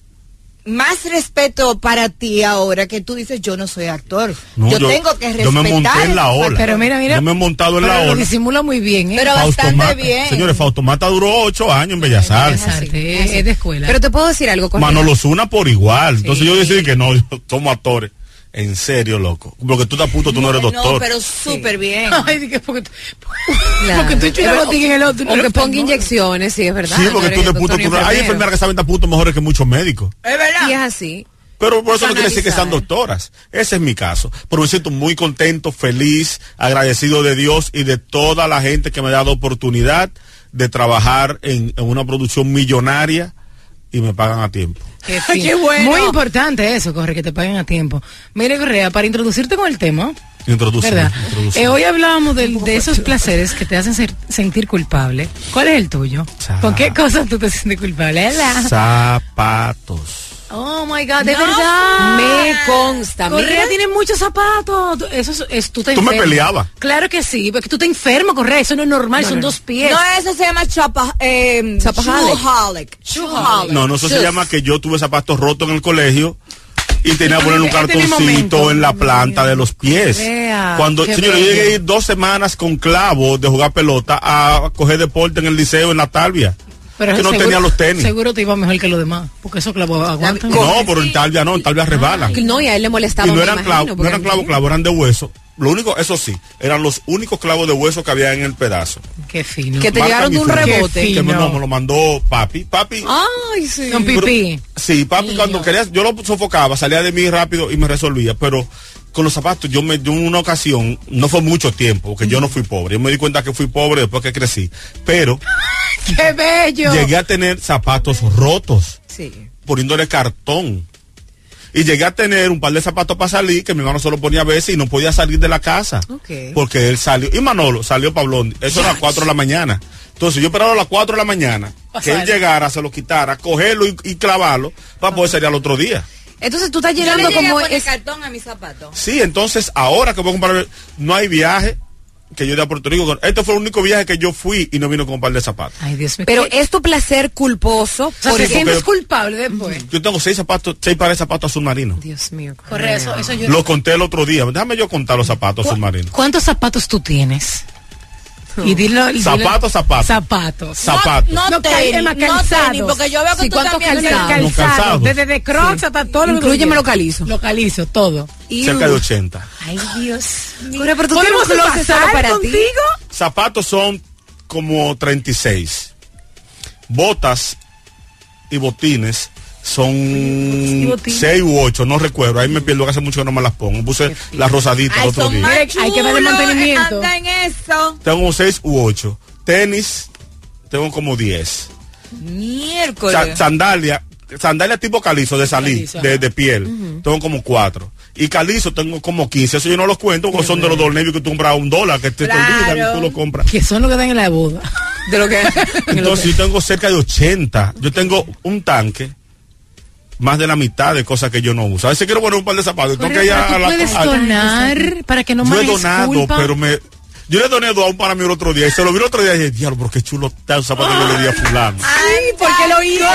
más respeto para ti ahora que tú dices yo no soy actor. No, yo tengo que respetar. Yo me monté en la ola. Pero mira. Yo me he montado en la Pero lo ola. disimula muy bien, ¿eh? Pero Fausto bastante Mata. bien. Señores, Fausto Mata duró 8 años en Bellas Artes. Es de escuela. Pero te puedo decir algo, Correa. Manolo Zuna por igual. Entonces yo decidí que no, somos actores. En serio, loco. Porque tú te apuntas, tú no eres doctor. No, pero súper bien. Ay, dije, porque tú echas una botica en el otro. O que ponga inyecciones, sí, es verdad. Sí, porque tú te apuntas. Hay enfermeras que saben de apuntos mejores que muchos médicos. Es verdad. Y es así. Pero por eso no quiere decir que sean doctoras. Ese es mi caso. Pero me siento muy contento, feliz, agradecido de Dios y de toda la gente que me ha dado oportunidad de trabajar en una producción millonaria y me pagan a tiempo. Qué bueno. Muy importante eso, Corre, que te paguen a tiempo. Mire, Correa, para introducirte con el tema, ¿verdad? Hoy hablábamos de esos placeres que te hacen sentir culpable. ¿Cuál es el tuyo? ¿Con qué cosas tú te sientes culpable? Zapatos. Oh my God, de verdad. Me consta. Correa tiene muchos zapatos. Eso es tú te ¿Tú me enfermas. peleabas? Claro que sí, porque tú te enfermas, Correa. Eso no es normal, son 2 pies. No, eso se llama shoeholic. No, eso se llama que yo tuve zapatos rotos en el colegio y tenía que poner un cartoncito en la planta de los pies. Cuando, señor, yo llegué a ir 2 semanas con clavo de jugar pelota a coger deporte en el liceo en la Talvia. Pero que no tenía los tenis. Seguro te iba mejor que los demás, porque esos clavos aguantan. No, pero en Talvia no, en Talvia resbalan. No, y a él le molestaba. Y no eran clavos, eran de hueso. Lo único, eso sí, eran los únicos clavos de hueso que había en el pedazo. Qué fino. Que te llegaron de un rebote. Que me lo mandó papi. Ay, sí. Con pipí. Sí, papi cuando quería, yo lo sofocaba, salía de mí rápido y me resolvía, pero con los zapatos, yo una ocasión, no fue mucho tiempo, porque yo no fui pobre. Yo me di cuenta que fui pobre después que crecí. Pero ¡qué bello! Llegué a tener zapatos rotos. Sí. Poniéndole cartón. Y llegué a tener un par de zapatos para salir, que mi hermano solo ponía a veces y no podía salir de la casa. Okay. Porque él salió. Y Manolo salió para Blondie. Eso era a las 4 de la mañana. Entonces yo esperaba a las 4 de la mañana que él llegara, se lo quitara, cogerlo y clavarlo para poder salir al otro día. Entonces tú estás Yo llegando le llegué como a poner cartón a mis zapatos. Sí, entonces ahora que voy a comprar, no hay viaje que yo de a Puerto Rico. Este fue el único viaje que yo fui y no vino con un par de zapatos. Ay, Dios mío. Pero es tu placer culposo. O sea, te sientes culpable después. Yo tengo 6 pares de zapatos submarinos. Dios mío. Corre, eso yo. Lo conté el otro día. Déjame yo contar los zapatos submarinos. ¿Cuántos zapatos tú tienes? Y dilo. Zapatos. No tenis, porque yo veo que tú también calzados. Desde de Crocs hasta todo lo que incluyeme localizo. Localizo, todo. Cerca de 80. Ay, Dios mío. Pero tú tienes un closet solo para contigo? ti. Zapatos son como 36. Botas y botines son 6 u 8, no recuerdo. Ahí me pierdo, que hace mucho que no me las pongo. Puse las rosaditas el otro día. Hay que darle mantenimiento. Anda en eso. Tengo 6 u 8. Tenis, tengo como 10. Miércoles. Sandalia tipo calizo de salir, de piel. Tengo como 4. Y calizo tengo como 15. Eso yo no los cuento porque son de los $2 que tú compras $1, que te olvidan y tú lo compras. Que son lo que dan en la boda. De lo que. Entonces yo tengo cerca de 80. Yo tengo un tanque. Más de la mitad de cosas que yo no uso. A veces quiero poner un par de zapatos. Pero tú puedes donar para que no me. Yo he donado, pero yo le doné 2 a un para mí el otro día y se lo vi el otro día y dije, diablo, pero qué chulo está un zapato que le di a fulano. Ay, porque lo hizo.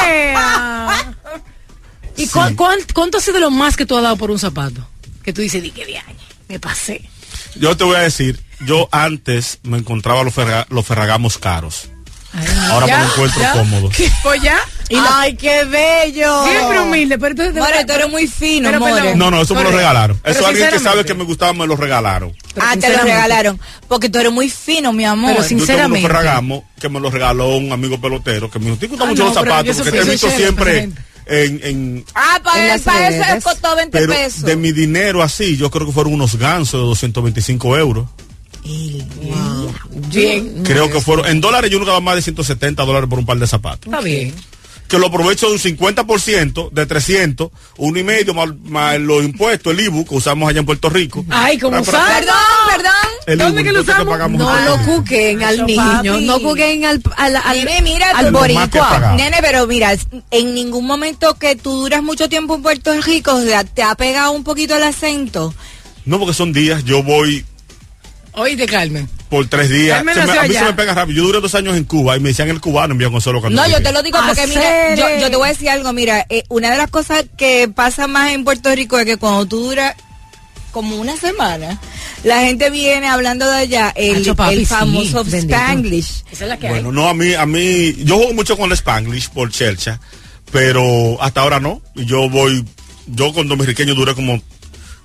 ¿Y sí. ¿Cuánto ha sido lo más que tú has dado por un zapato? Que tú dices, di que viaje, me pasé. Yo te voy a decir, yo antes me encontraba los Ferragamos caros. Ay, ahora me lo encuentro cómodo. Pues ya. Ay, qué bello. Siempre humilde, pero entonces More, tú eres muy fino, pero, More. No, eso me lo regalaron. Eso alguien que sabe que me gustaba me lo regalaron. Te lo regalaron. Porque tú eres muy fino, mi amor. Pero sinceramente. Yo tengo unos Ferragamos que me los regaló un amigo pelotero que me dijo, ¿te gustan mucho los zapatos? Porque te he visto siempre para eso costó 20 pero pesos. De mi dinero así, yo creo que fueron unos gansos de 225 euros. Wow. Bien. Creo que fueron, en dólares yo nunca daba más de $170 por un par de zapatos. Está bien. Que lo aprovecho de un 50%, de 300, 1,5 más los impuestos, el IBU que usamos allá en Puerto Rico. Ay, ¿cómo usamos? Perdón. ¿Dónde que lo usamos? No lo cuquen al niño, no cuquen al boricua. Nene, pero mira, en ningún momento que tú duras mucho tiempo en Puerto Rico, te ha pegado un poquito el acento. No, porque son días, yo voy... Oíste, Carmen. Por 3 días. A mí se me pega rápido. Yo duré 2 años en Cuba y me decían el cubano envía Consuelo cuando. No, yo te lo digo porque mira, yo te voy a decir algo, mira, una de las cosas que pasa más en Puerto Rico es que cuando tú duras como una semana, la gente viene hablando de allá el famoso Spanglish. Esa es la que bueno, hay. no, a mí, yo juego mucho con el Spanglish por Chelcha, pero hasta ahora no. Y yo con dominiqueño duré como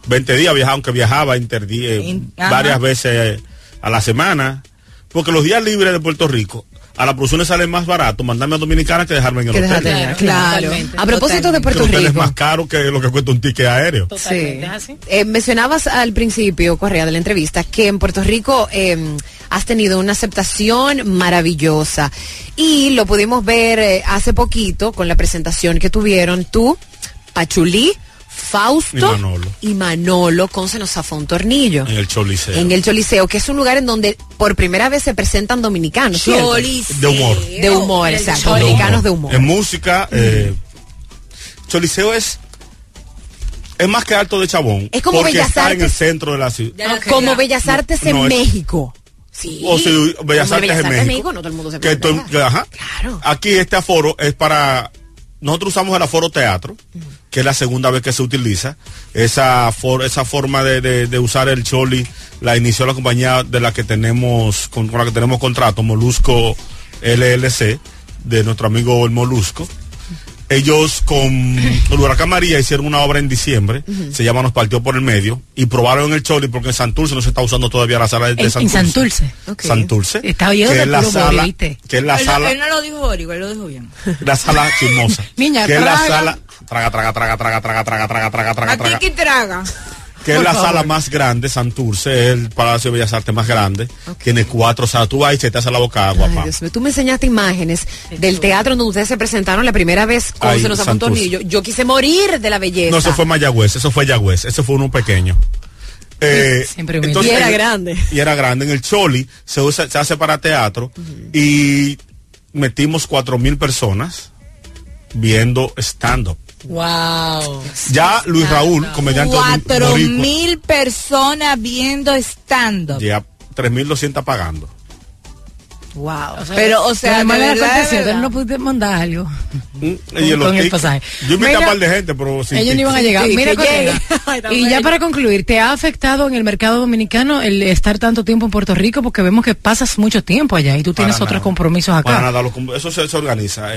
20 días, aunque viajaba varias veces a la semana, porque los días libres de Puerto Rico a la producción le sale más barato mandarme a Dominicana que dejarme en el hotel. Claro. A propósito de Puerto Rico. El hotel es más caro que lo que cuesta un ticket aéreo. Totalmente, ¿es así? Mencionabas al principio, Correa, de la entrevista, que en Puerto Rico has tenido una aceptación maravillosa. Y lo pudimos ver hace poquito con la presentación que tuvieron tú, Pachulí, Fausto y Manolo con Se nos zafó un tornillo. En el Choliseo. En el Choliseo, que es un lugar en donde por primera vez se presentan dominicanos. Choliseo. De humor. De humor, exacto. Dominicanos de humor. En música, Choliseo es más que Alto de Chabón. Es como porque Bellas está Artes. en el centro de la ciudad. Como Bellas Artes en México. Sí. O sea, Bellas Artes en no México. todo el mundo se Ajá. Claro. Aquí este aforo es para... Nosotros usamos el aforo teatro, que es la segunda vez que se utiliza. Esa forma de usar el Choli la inició la compañía de la que tenemos con la que tenemos contrato, Molusco LLC, de nuestro amigo el Molusco. Ellos con el huracán María hicieron una obra en diciembre, se llama Nos partió por el medio, y probaron en el Choli porque en Santurce no se está usando todavía la sala de Santurce. En Santurce. Okay. Santurce. Está oyendo que de es la puro sala, ¿viste? que es la sala. Él no lo dijo Borico, él lo dijo bien. La sala chismosa. Niña, que es la traga. sala. Traga. Aquí que traga. Que es la sala más grande, Santurce, es el Palacio de Bellas Artes más grande. Tiene 4 salas. Tú vas y se te hace la boca agua, papá. Tú me enseñaste imágenes del teatro donde ustedes se presentaron la primera vez con Ahí, Se nos zafó un Santurce. tornillo. Yo quise morir de la belleza. No, eso fue Mayagüez, eso fue Yagüez, ese fue uno pequeño. Siempre me Y era grande. Y era grande. En el Choli se hace para teatro y metimos 4,000 personas viendo stand-up. Wow. Ya Luis Raúl, comediante 4,000 personas viendo stand-up. ya 3,200 pagando. Wow. Pero, o sea, además de de la verdad, cortesía, de verdad. él no pude mandar algo. Y Con el pasaje. Yo invité a Mira, un par de gente, pero sin Ellos no iban a ticket. llegar. Sí, Mira, que Correa, llegue. y ya para concluir, ¿te ha afectado en el mercado dominicano el estar tanto tiempo en Puerto Rico? Porque vemos que pasas mucho tiempo allá y tú tienes Para otros nada. compromisos acá. Para nada, eso se organiza.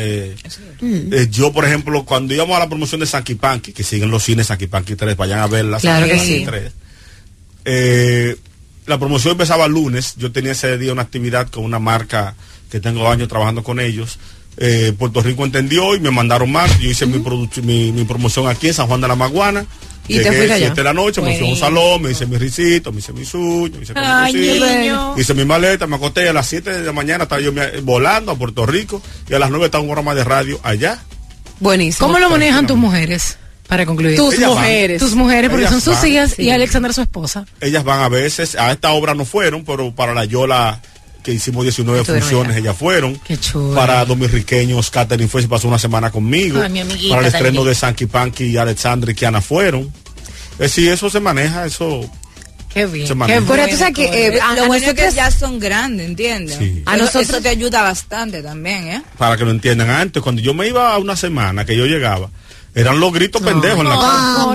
Yo, por ejemplo, cuando íbamos a la promoción de Sanky Panky, que siguen los cines Sanky Panky 3, vayan a verla. Claro que Sanky sí. Panky 3. La promoción empezaba el lunes. Yo tenía ese día una actividad con una marca que tengo años trabajando con ellos. Puerto Rico entendió y me mandaron más. Yo hice mi promoción aquí en San Juan de la Maguana. Y te Llegué fuiste allá. 7 de la noche, me fui a un salón, me hice mi risito, me hice mis uñas, me hice mi Ay, cosita, niño. hice mi maleta, me acosté a las 7 de la mañana, estaba yo volando a Puerto Rico y a las 9 estaba un programa de radio allá. Buenísimo. ¿Cómo lo manejan tus mujeres? Para concluir. Tus Ellas van. mujeres. Tus mujeres, porque Ellas son sus van. hijas y Alexandra su esposa. Ellas van a veces, a esta obra no fueron, pero para la Yola, que hicimos 19 Estuvieron funciones, allá. ellas fueron. Qué chulo. Para Dominicanos, Catherine fue, se pasó una semana conmigo. Ay, mi amiguita, Para el estreno Daniel. de Sanky Panky y Alexandra y Kiana fueron. Sí, eso se maneja, eso. Qué bien. Se Qué maneja. Correa, tú bueno, sabes que Correa. a Lo bueno es que nosotras- ya son grandes, ¿entiendes? Sí. A nosotros- Eso te ayuda bastante también, ¿eh? Para que lo entiendan, antes, cuando yo me iba a una semana, que yo llegaba, eran los gritos pendejos en la casa.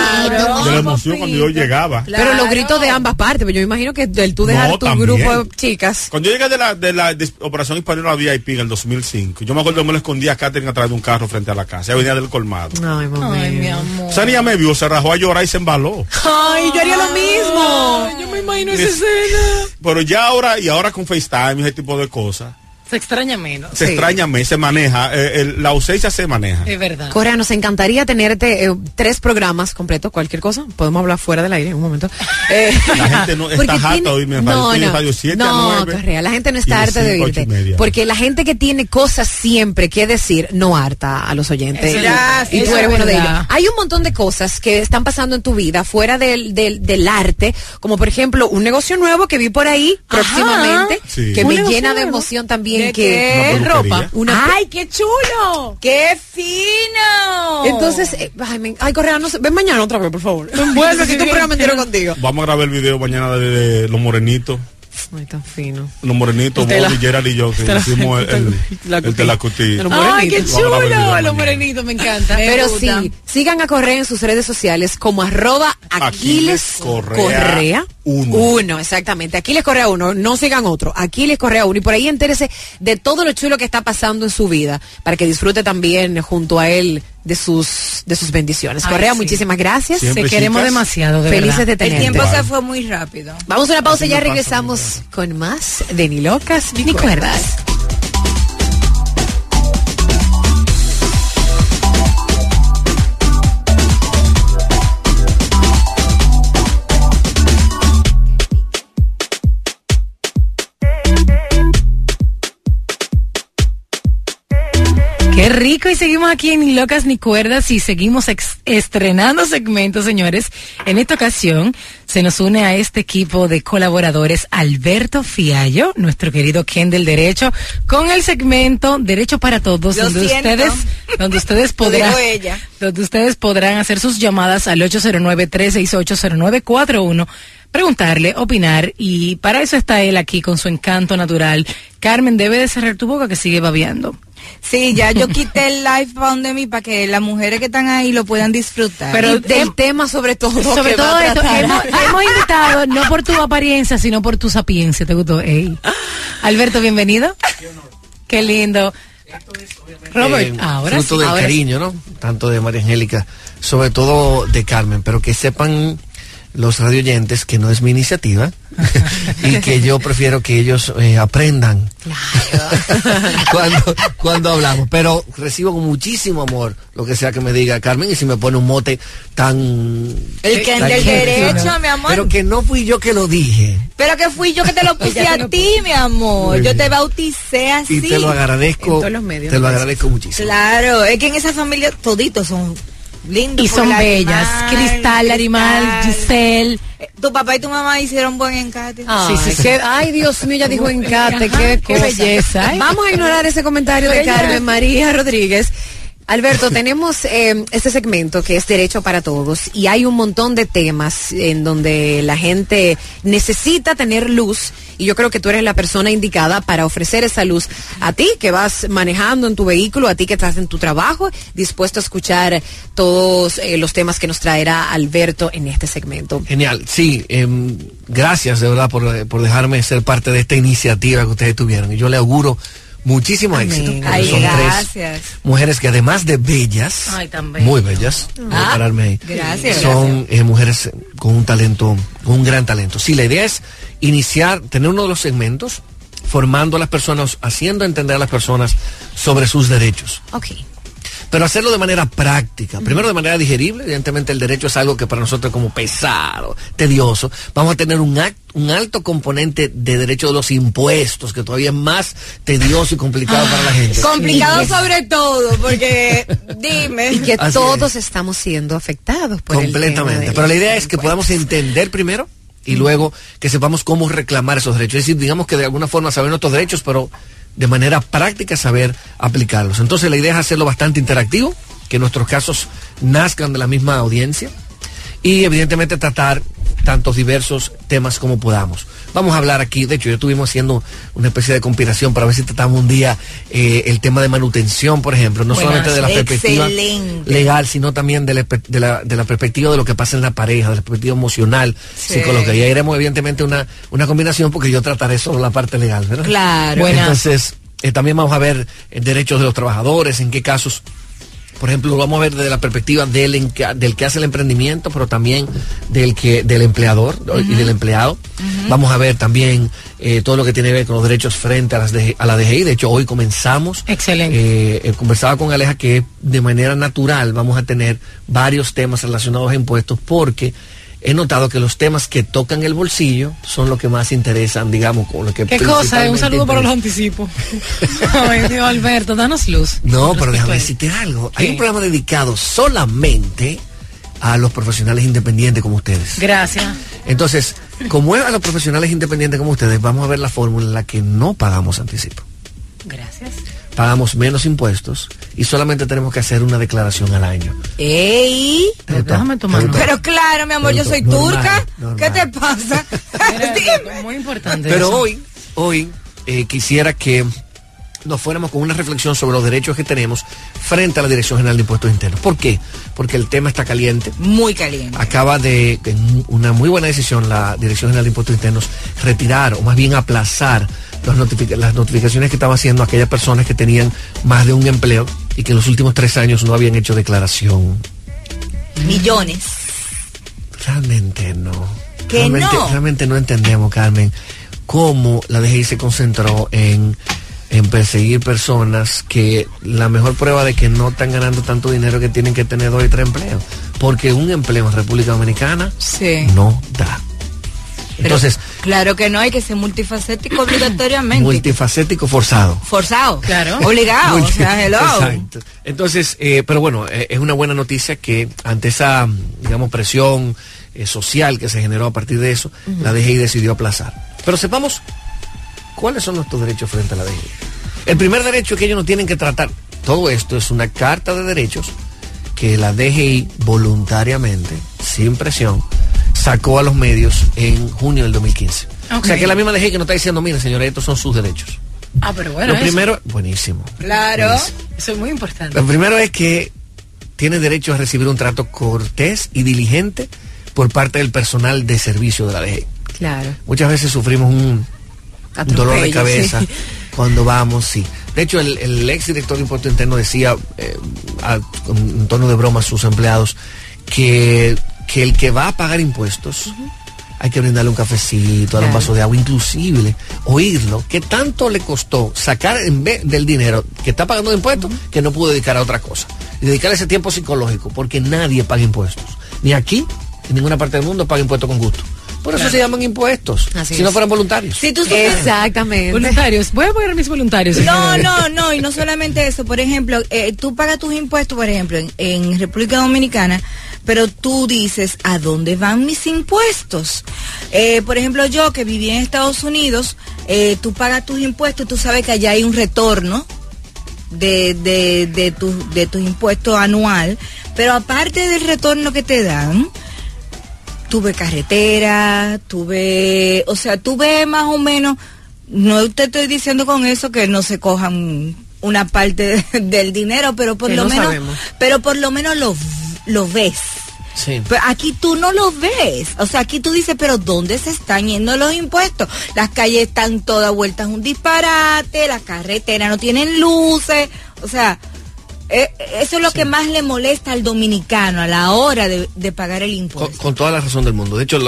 De la emoción cuando yo llegaba. Pero los gritos de ambas partes, pero yo me imagino que el tú dejar No, tu también. grupo de chicas. Cuando yo llegué de la Operación Hispaniola VIP en el 2005, yo me acuerdo que me lo escondí a Catherine atrás de un carro frente a la casa. Ella venía del colmado. Ay, mamá. Ay, mi amor. O sea, ella me vio, se rajó a llorar y se embaló. Ay, yo haría lo mismo. Yo me imagino esa Mis- escena. Pero ya ahora con FaceTime y ese tipo de cosas, Se extraña menos. se Sí. extraña, se maneja, la ausencia se maneja. Es verdad. Correa, nos encantaría tenerte 3 programas completos, cualquier cosa. Podemos hablar fuera del aire en un momento. La gente no porque está harta tiene- de oírme en no, radio, no, radio 7 no, a 9. Correa, la gente no y está harta de 5 a 8 y oírte. media. Porque la gente que tiene cosas siempre que decir no harta a los oyentes. Gracias. Y tú Eso eres es uno de verdad. ellos. Hay un montón de cosas que están pasando en tu vida fuera del arte, como por ejemplo un negocio nuevo que vi por ahí próximamente, Sí. que ¿Un me negocio llena de nuevo? emoción también. ¿De que qué? Una peluquería. ¡Ay, qué chulo! ¡Qué fino! Entonces, ay, Correa, no sé, ven mañana otra vez, por favor. Vuelve, que tu programa entero contigo. Vamos a grabar el video mañana de los morenitos. Ay, tan fino. Los morenitos, El de la- Bobby, Gerald y yo, que hicimos el de la cuti. De los Ay, qué morenitos. Vamos a grabar el video chulo. mañana. Los morenitos, me encanta. Pero gusta. sí, sigan a Correa en sus redes sociales como @Aquiles Correa 1, exactamente. Aquiles Correa 1, no sigan otro. Aquiles Correa 1 y por ahí entérese de todo lo chulo que está pasando en su vida para que disfrute también junto a él sus bendiciones. Correa, sí. Muchísimas gracias. Siempre, Te queremos chicas. demasiado, de Felices verdad. de El tenerte. tiempo se fue muy rápido. Vamos a una pausa y ya Así me pasa, regresamos con más de Ni Locas ni Cuerdas. Qué rico, y seguimos aquí en Ni Locas ni Cuerdas y seguimos estrenando segmentos, señores. En esta ocasión se nos une a este equipo de colaboradores Alberto Fiallo, nuestro querido Ken del Derecho, con el segmento Derecho para Todos, Lo donde siento. ustedes Lo podrán, dijo ella. donde ustedes podrán hacer sus llamadas al 809-368-0941, preguntarle, opinar, y para eso está él aquí con su encanto natural. Carmen, debe de cerrar tu boca que sigue babeando. Sí, ya yo quité el live pound de mí para que las mujeres que están ahí lo puedan disfrutar. Pero Y del tema sobre todo. Sobre que todo va a esto, tratar. hemos invitado, no por tu apariencia, sino por tu sapiencia. ¿Te gustó? Ey. Alberto, bienvenido. Qué lindo. Robert, ahora fruto sí. del Ahora cariño, ¿no? Tanto de María Angélica, sobre todo de Carmen, pero que sepan los radioyentes que no es mi iniciativa y que yo prefiero que ellos aprendan cuando hablamos, pero recibo con muchísimo amor lo que sea que me diga Carmen, y si me pone un mote tan... El Ken del Derecho, mi amor. Pero que no fui yo que lo dije. Pero que fui yo que te lo puse a ti, mi amor. Muy Yo te bien. bauticé así. Y te lo agradezco, En todos los medios, te lo ¿no? agradezco muchísimo. Claro, es que en esa familia toditos son lindos. y por son el bellas. animal, Cristal, Animal, Giselle. Tu papá y tu mamá hicieron buen encate. Ay, Sí, sí. ay, Dios mío, ya dijo encate, Ajá, qué qué cosa. belleza, ¿eh? Vamos a ignorar ese comentario de Ella- Carmen María Rodríguez. Alberto, tenemos este segmento que es Derecho para Todos, y hay un montón de temas en donde la gente necesita tener luz, y yo creo que tú eres la persona indicada para ofrecer esa luz a ti que vas manejando en tu vehículo, a ti que estás en tu trabajo, dispuesto a escuchar todos los temas que nos traerá Alberto en este segmento. Genial, sí, gracias de verdad por dejarme ser parte de esta iniciativa que ustedes tuvieron, y yo le auguro muchísimo Amén. éxito, porque Ay, son gracias. tres mujeres que además de bellas, Ay, tan bellas. muy bellas, voy a pararme ahí, Gracias, son mujeres con un talento, con un gran talento. Sí, la idea es iniciar, tener uno de los segmentos formando a las personas, haciendo entender a las personas sobre sus derechos, Ok. pero hacerlo de manera práctica. Primero de manera digerible. Evidentemente el derecho es algo que para nosotros es como pesado, tedioso. Vamos a tener un alto componente de derecho de los impuestos, que todavía es más tedioso y complicado para la gente. Complicado sobre todo, porque dime. Y que Así todos estamos siendo afectados por el Completamente. tema de Pero la idea es que impuestos. podamos entender primero y luego que sepamos cómo reclamar esos derechos. Es decir, digamos que de alguna forma saber nuestros derechos, pero de manera práctica saber aplicarlos. Entonces la idea es hacerlo bastante interactivo, que nuestros casos nazcan de la misma audiencia y evidentemente tratar tantos diversos temas como podamos. Vamos a hablar aquí, de hecho, ya estuvimos haciendo una especie de conspiración para ver si tratamos un día el tema de manutención, por ejemplo, no Buenas. solamente de la perspectiva Excelente. legal, sino también de la perspectiva de lo que pasa en la pareja, de la perspectiva emocional, Sí. psicológica. Y ahí haremos evidentemente una combinación, porque yo trataré solo la parte legal, ¿verdad? Claro. Buenas. Entonces, también vamos a ver derechos de los trabajadores, en qué casos, por ejemplo, lo vamos a ver desde la perspectiva del que hace el emprendimiento, pero también del empleador y del empleado. Vamos a ver también todo lo que tiene que ver con los derechos frente a la DGI. De hecho, hoy comenzamos. Excelente. Conversaba con Aleja que de manera natural vamos a tener varios temas relacionados a impuestos, porque he notado que los temas que tocan el bolsillo son los que más interesan, digamos, con lo que ¿Qué cosa? Un principalmente saludo para los interesa. anticipos. Ay, Dios, Alberto, danos luz. No, pero Respecto déjame a eso. decirte algo. Hay ¿Qué? un programa dedicado solamente a los profesionales independientes como ustedes. Gracias. Entonces, como es a los profesionales independientes como ustedes, vamos a ver la fórmula en la que no pagamos anticipo. Gracias. Pagamos menos impuestos y solamente tenemos que hacer una declaración al año. ¡Ey! ¿Te gustó? Déjame tomar ¿Te gustó? Pero claro, mi amor, yo soy Normal, turca. normal. ¿Qué te pasa? Mira, Dime. muy importante. Pero eso. hoy quisiera que nos fuéramos con una reflexión sobre los derechos que tenemos frente a la Dirección General de Impuestos Internos. ¿Por qué? Porque el tema está caliente. Muy caliente. Acaba de, en una muy buena decisión, la Dirección General de Impuestos Internos retirar, o más bien aplazar las notificaciones que estaban haciendo aquellas personas que tenían más de un empleo y que en los últimos 3 años no habían hecho declaración. Millones. Realmente no. ¿Que no? Realmente no entendemos, Carmen, cómo la DGI se concentró en perseguir personas que la mejor prueba de que no están ganando tanto dinero que tienen que tener 2 y 3 empleos. Porque un empleo en República Dominicana no da. Entonces, pero, claro que no, hay que ser multifacético obligatoriamente. Multifacético forzado. Forzado, claro. Obligado, o sea, hello. Exacto. Entonces, pero bueno, es una buena noticia que ante esa, digamos, presión social que se generó a partir de eso, la DGI decidió aplazar. Pero sepamos cuáles son nuestros derechos frente a la DGI. El primer derecho es que ellos no tienen que tratar. Todo esto es una carta de derechos que la DGI voluntariamente, sin presión, sacó a los medios en junio del 2015. Okay. O sea que la misma DGI que nos está diciendo, miren señores, estos son sus derechos. Ah, pero bueno. Lo primero, buenísimo. Claro. Buenísimo. Eso es muy importante. Lo primero es que tiene derecho a recibir un trato cortés y diligente por parte del personal de servicio de la DGI. Claro. Muchas veces sufrimos un dolor de cabeza cuando vamos, sí. De hecho, el ex director de Impuesto Interno decía, en tono de broma a sus empleados, que el que va a pagar impuestos, hay que brindarle un cafecito, darle un vaso de agua, inclusive oírlo, que tanto le costó sacar en vez del dinero que está pagando de impuestos, que no pudo dedicar a otra cosa. Y dedicar ese tiempo psicológico, porque nadie paga impuestos. Ni aquí, en ninguna parte del mundo paga impuestos con gusto. Por eso se llaman impuestos, si no fueran voluntarios. Si tú exactamente. Voluntarios, voy a pagar mis voluntarios. No, y no solamente eso. Por ejemplo, tú pagas tus impuestos, por ejemplo, en República Dominicana, pero tú dices, ¿a dónde van mis impuestos? Por ejemplo, yo que viví en Estados Unidos, tú pagas tus impuestos y tú sabes que allá hay un retorno de tus impuestos anual, pero aparte del retorno que te dan, tuve carretera, tuve más o menos, no te estoy diciendo con eso que no se cojan una parte del dinero, pero por lo menos lo ves. Sí. Pero aquí tú no lo ves. O sea, aquí tú dices, pero ¿dónde se están yendo los impuestos? Las calles están todas vueltas un disparate, las carreteras no tienen luces, o sea, eso es lo que más le molesta al dominicano a la hora de pagar el impuesto. Con toda la razón del mundo. De hecho,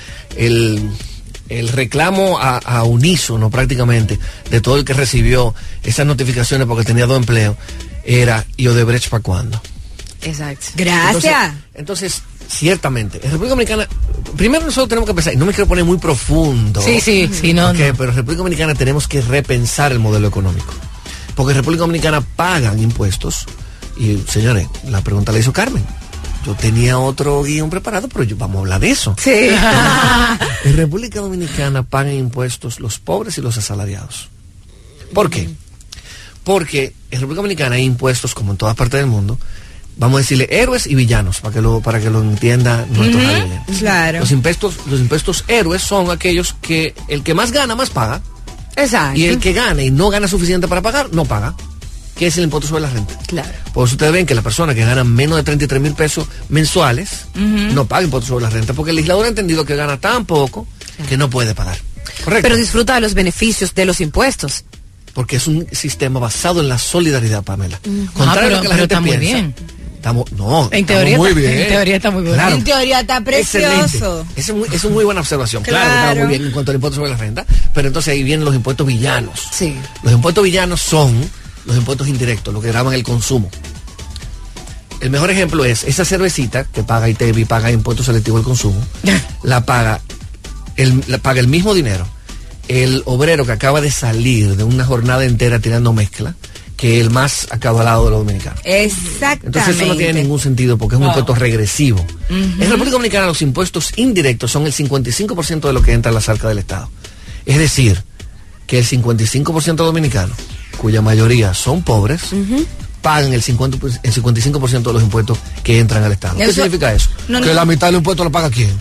el reclamo a unísono prácticamente de todo el que recibió esas notificaciones porque tenía 2 empleos era, ¿y Odebrecht para cuándo? Exacto. Gracias. Entonces, ciertamente, en República Dominicana, primero nosotros tenemos que pensar, y no me quiero poner muy profundo. Sí, no. Pero en República Dominicana tenemos que repensar el modelo económico. Porque en República Dominicana pagan impuestos. Y señores, la pregunta la hizo Carmen. Yo tenía otro guión preparado, pero vamos a hablar de eso. Sí. En República Dominicana pagan impuestos los pobres y los asalariados. ¿Por qué? Porque en República Dominicana hay impuestos, como en todas partes del mundo, vamos a decirle héroes y villanos, para que lo entienda nuestro Javier. Claro. Los impuestos héroes son aquellos que el que más gana, más paga. Exacto. Y el que gana y no gana suficiente para pagar, no paga. Que es el impuesto sobre la renta. Claro. Por eso ustedes ven que las personas que ganan menos de 33,000 pesos mensuales no pagan impuesto sobre la renta, porque el legislador ha entendido que gana tan poco que no puede pagar. ¿Correcto? Pero disfruta de los beneficios de los impuestos. Porque es un sistema basado en la solidaridad, Pamela. Contrario a lo que la gente está piensa. Muy bien. En teoría muy bien. En teoría está muy bien. Claro. En teoría está precioso. Es una muy buena observación. Claro, está muy bien en cuanto al impuesto sobre la renta, pero entonces ahí vienen los impuestos villanos. Sí. Los impuestos villanos son los impuestos indirectos, lo que graban el consumo. El mejor ejemplo es esa cervecita que paga ITEVI, paga impuesto selectivo al consumo, la paga el mismo dinero el obrero que acaba de salir de una jornada entera tirando mezcla que el más acabalado de los dominicanos. Exactamente. Entonces eso no tiene ningún sentido porque es un impuesto regresivo. En República Dominicana los impuestos indirectos son el 55% de lo que entra a las arcas del Estado. Es decir, que el 55% dominicano, cuya mayoría son pobres, pagan el 55% de los impuestos que entran al Estado. ¿Qué significa eso? Que la mitad del impuesto lo paga ¿quién?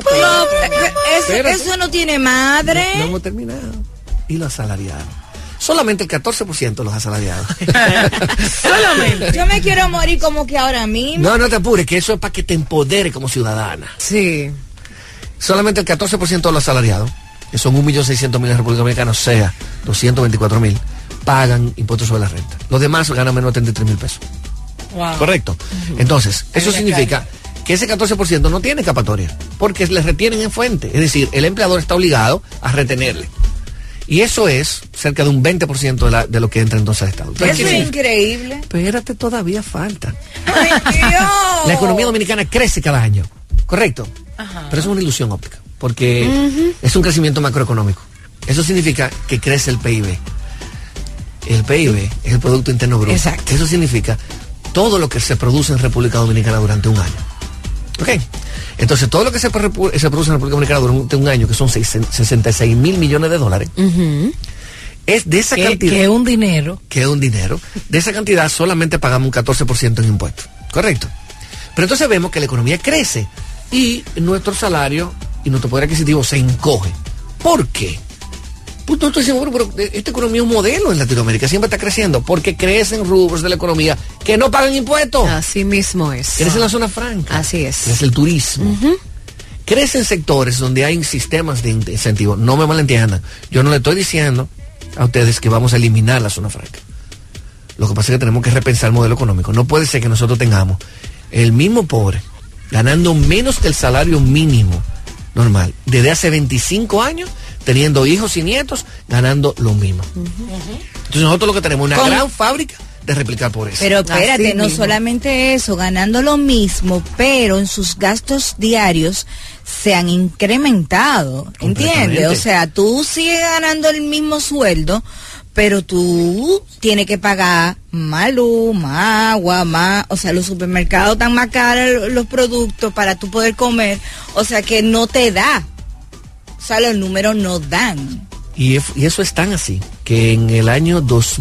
Eso no tiene madre. No hemos terminado. Y los asalariados. Solamente el 14% de los asalariados. Solamente. Yo me quiero morir como que ahora mismo. No te apures, que eso es para que te empodere como ciudadana. Sí. Solamente el 14% de los asalariados, que son 1.600.000 en República Dominicana, o sea, 224.000, pagan impuestos sobre la renta. Los demás ganan menos de 33,000 pesos. Wow. Correcto. Entonces, eso significa que ese 14% no tiene escapatoria, porque les retienen en fuente. Es decir, el empleador está obligado a retenerle. Y eso es cerca de un 20% de lo que entra entonces al Estado. Eso es increíble. Espérate, todavía falta. ¡Ay, Dios! La economía dominicana crece cada año, correcto. Ajá. Pero eso es una ilusión óptica, porque es un crecimiento macroeconómico. Eso significa que crece el PIB. El PIB es el Producto Interno Bruto. Exacto. Eso significa todo lo que se produce en República Dominicana durante un año. ¿Ok? Entonces, todo lo que se produce en República Dominicana durante un año, que son 66 mil millones de dólares, es de esa cantidad. Que es un dinero. Que es un dinero. De esa cantidad solamente pagamos un 14% en impuestos. Correcto. Pero entonces vemos que la economía crece y nuestro salario y nuestro poder adquisitivo se encoge. ¿Por qué? Pues nosotros decimos, bueno, pero esta economía es un modelo en Latinoamérica, siempre está creciendo, porque crecen rubros de la economía que no pagan impuestos. Así mismo es. Crece la zona franca. Así es. Crece el turismo. Crecen sectores donde hay sistemas de incentivo. No me malentiendan. Yo no le estoy diciendo a ustedes que vamos a eliminar la zona franca. Lo que pasa es que tenemos que repensar el modelo económico. No puede ser que nosotros tengamos el mismo pobre ganando menos que el salario mínimo normal desde hace 25 años, teniendo hijos y nietos, ganando lo mismo. Entonces nosotros lo que tenemos es una gran fábrica de replicar pobreza. Pero espérate, no solamente eso, ganando lo mismo, pero en sus gastos diarios se han incrementado, ¿entiendes? O sea, tú sigues ganando el mismo sueldo, pero tú tienes que pagar más luz, más agua, más, o sea, los supermercados están más caros los productos para tú poder comer, o sea que no te da. O sea, los números no dan. Y eso es tan así, que en el año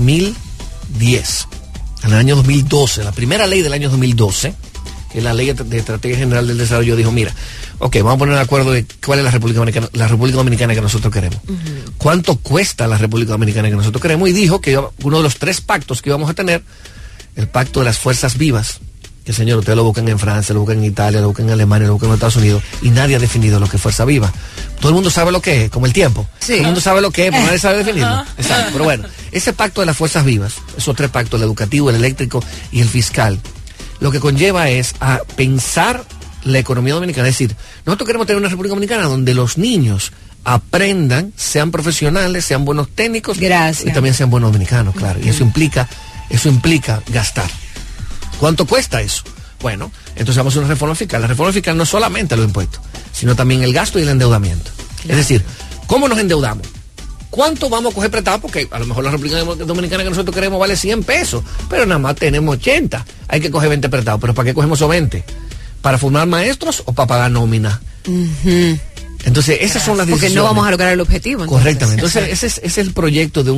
2010, en el año 2012, la primera ley del año 2012, que es la ley de Estrategia General del Desarrollo, dijo, mira, ok, vamos a poner de acuerdo de cuál es la República Dominicana que nosotros queremos. ¿Cuánto cuesta la República Dominicana que nosotros queremos? Y dijo que uno de los 3 pactos que íbamos a tener, el pacto de las fuerzas vivas, que señor, ustedes lo buscan en Francia, lo buscan en Italia, lo buscan en Alemania, lo buscan en Estados Unidos, y nadie ha definido lo que es fuerza viva. Todo el mundo sabe lo que es, como el tiempo. Sí. Todo el mundo sabe lo que es, pero nadie sabe definirlo. Exacto. Pero bueno, ese pacto de las fuerzas vivas, esos 3 pactos, el educativo, el eléctrico y el fiscal, lo que conlleva es a pensar la economía dominicana. Es decir, nosotros queremos tener una República Dominicana donde los niños aprendan, sean profesionales, sean buenos técnicos. Gracias. Y también sean buenos dominicanos, claro. Y eso implica gastar. ¿Cuánto cuesta eso? Bueno, entonces vamos a una reforma fiscal. La reforma fiscal no es solamente los impuestos, sino también el gasto y el endeudamiento. Claro. Es decir, ¿cómo nos endeudamos? ¿Cuánto vamos a coger prestado? Porque a lo mejor la República Dominicana que nosotros queremos vale 100 pesos, pero nada más tenemos 80. Hay que coger 20 prestados. ¿Pero para qué cogemos esos 20? ¿Para formar maestros o para pagar nómina? Entonces, esas son las decisiones. Porque no vamos a lograr el objetivo. Entonces. Correctamente. Entonces, ese es el proyecto de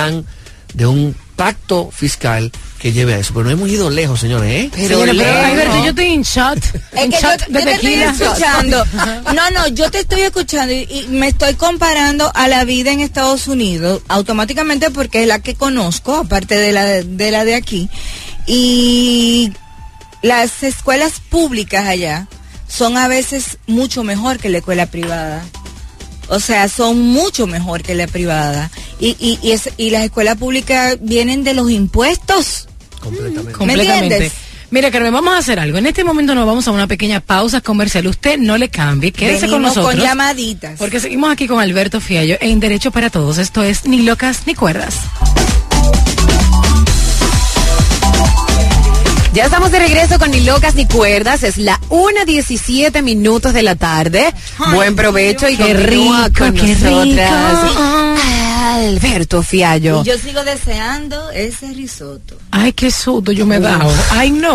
un pacto fiscal que lleve a eso. Pero no hemos ido lejos, señores, ¿eh? Pero Alberto, yo estoy en shot. Es que yo te estoy escuchando. No, yo te estoy escuchando y me estoy comparando a la vida en Estados Unidos automáticamente porque es la que conozco, aparte de la de aquí. Y las escuelas públicas allá son a veces mucho mejor que la escuela privada. O sea, son mucho mejor que la privada. Y las escuelas públicas vienen de los impuestos. Completamente. ¿Me entiendes? Mira, Carmen, vamos a hacer algo. En este momento nos vamos a una pequeña pausa comercial. Usted no le cambie, quédese con nosotros. Con llamaditas. Porque seguimos aquí con Alberto Fiallo en Derecho para Todos. Esto es Ni Locas ni Cuerdas. Ya estamos de regreso con Ni Locas ni Cuerdas. Es la 1:17 de la tarde. Ay, buen provecho y qué rico, con qué nosotras. Alberto Fiallo. Y yo sigo deseando ese risotto. Ay, qué susto yo me he dado. Ay, no.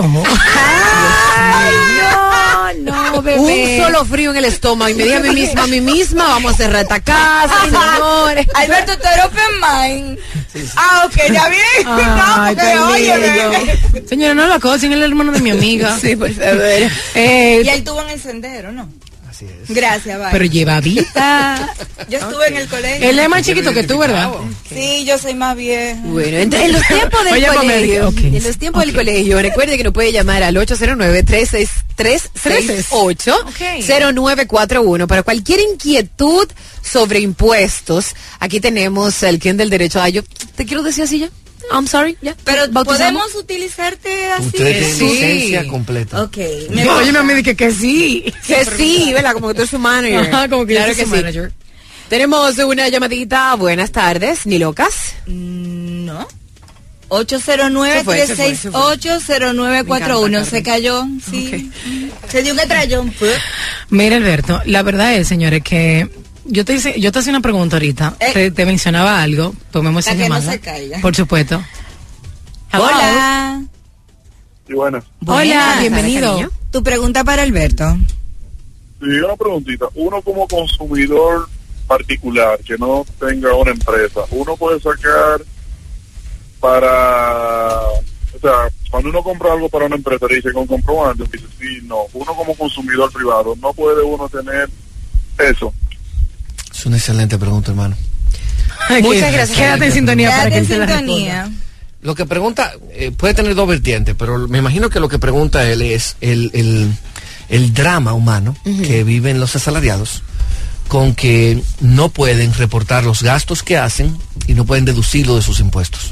Ay, no, bebé. Un solo frío en el estómago. Y me dije a mí misma, vamos a cerrar esta casa, señores. Alberto, tú eres open mind. Sí. Ok, ya vi. Ay, no, oye, señora, no lo acosen, el hermano de mi amiga. Sí, por favor. Y él tuvo en el sendero, ¿no? Así es. Gracias, bye. Pero lleva vida. Yo estuve en el colegio. Él es más chiquito que tú, ¿verdad? Sí, yo soy más vieja. Bueno, en los tiempos del Oye, colegio, okay. en los tiempos del colegio, recuerde que nos puede llamar al 809-368-0941 para cualquier inquietud sobre impuestos. Aquí tenemos el quien del derecho. Yo te quiero decir así ya. I'm sorry, ya. Pero ¿bautizamos? podemos utilizarte así. Usted tiene Sí. licencia completa. Ok. Oye, me dije que sí. Que sí, ¿verdad? Como que tú eres su manager. Ajá, como que claro yo soy que su sí. manager. Tenemos una llamadita. Buenas tardes, ni locas. No. Se fue. 809-368-0941. Se cayó, sí. Se dio un estrellón. Mira, Alberto, la verdad es, señores, que yo te hacía una pregunta ahorita. Te mencionaba algo. Tomemos esa Para que no llamada. se caiga. Por supuesto. Hello. Hola. Y bueno, Hola, bienvenido. cariño. Tu pregunta para Alberto. sí, una preguntita. Uno como consumidor particular que no tenga una empresa, uno puede sacar o sea, cuando uno compra algo para una empresa, dice con comprobante, dice sí, no. Uno como consumidor privado, no puede uno tener eso. Es una excelente pregunta, hermano. Muchas gracias. Quédate en sintonía para que Quédate en él te la sintonía. responda. Lo que pregunta puede tener dos vertientes, pero me imagino que lo que pregunta él es el drama humano que viven los asalariados con que no pueden reportar los gastos que hacen y no pueden deducirlo de sus impuestos.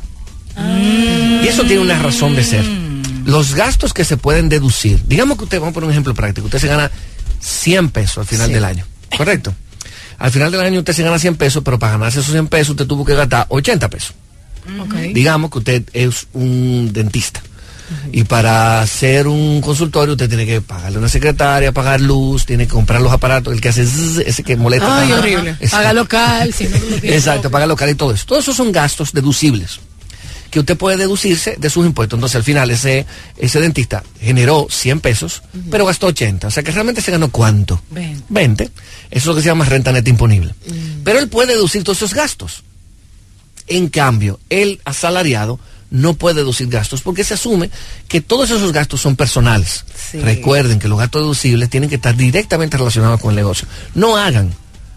Y eso tiene una razón de ser. Los gastos que se pueden deducir, digamos que usted, vamos a poner un ejemplo práctico, usted se gana 100 pesos al final del año, ¿correcto? Al final del año usted se gana 100 pesos, pero para ganarse esos 100 pesos usted tuvo que gastar 80 pesos. Okay. Digamos que usted es un dentista y para hacer un consultorio usted tiene que pagarle a una secretaria, pagar luz, tiene que comprar los aparatos, el que hace ese que molesta. Ay, horrible. Exacto. Paga local, si no lo tiene. Exacto, paga local y todo eso. Todos esos son gastos deducibles que usted puede deducirse de sus impuestos. Entonces al final ese dentista generó 100 pesos, pero gastó 80. O sea que realmente se ganó ¿cuánto? 20. Eso es lo que se llama renta neta imponible. Pero él puede deducir todos esos gastos. En cambio, el asalariado no puede deducir gastos porque se asume que todos esos gastos son personales. Sí. Recuerden que los gastos deducibles tienen que estar directamente relacionados con el negocio. No hagan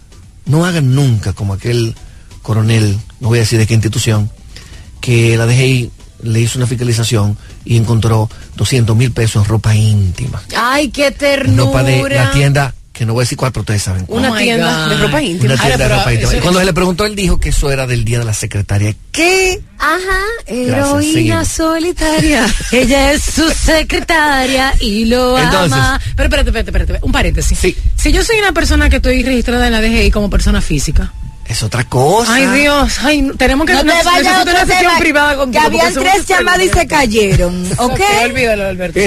nunca como aquel coronel, no voy a decir de qué institución, que la DGI le hizo una fiscalización y encontró 200,000 pesos en ropa íntima. Ay, qué En ternura. ropa de la tienda, que no voy a decir cuál, pero ustedes saben cuál. Una Oh my tienda God. de ropa íntima. Una tienda de pero ropa íntima. eso- Y cuando se le preguntó, él dijo que eso era del día de la secretaria. ¿Qué? Ajá, Gracias, heroína seguimos. solitaria. Ella es su secretaria y lo Entonces- ama. Pero espérate, un paréntesis. Sí. Si yo soy una persona que estoy registrada en la DGI como persona física. Es otra cosa. Ay, Dios, tenemos que No te vayas necesito otra una sesión vez, privada que contigo. habían porque son 3 muchas llamadas y se preguntas. cayeron, ¿ok? Olvídalo, Alberto.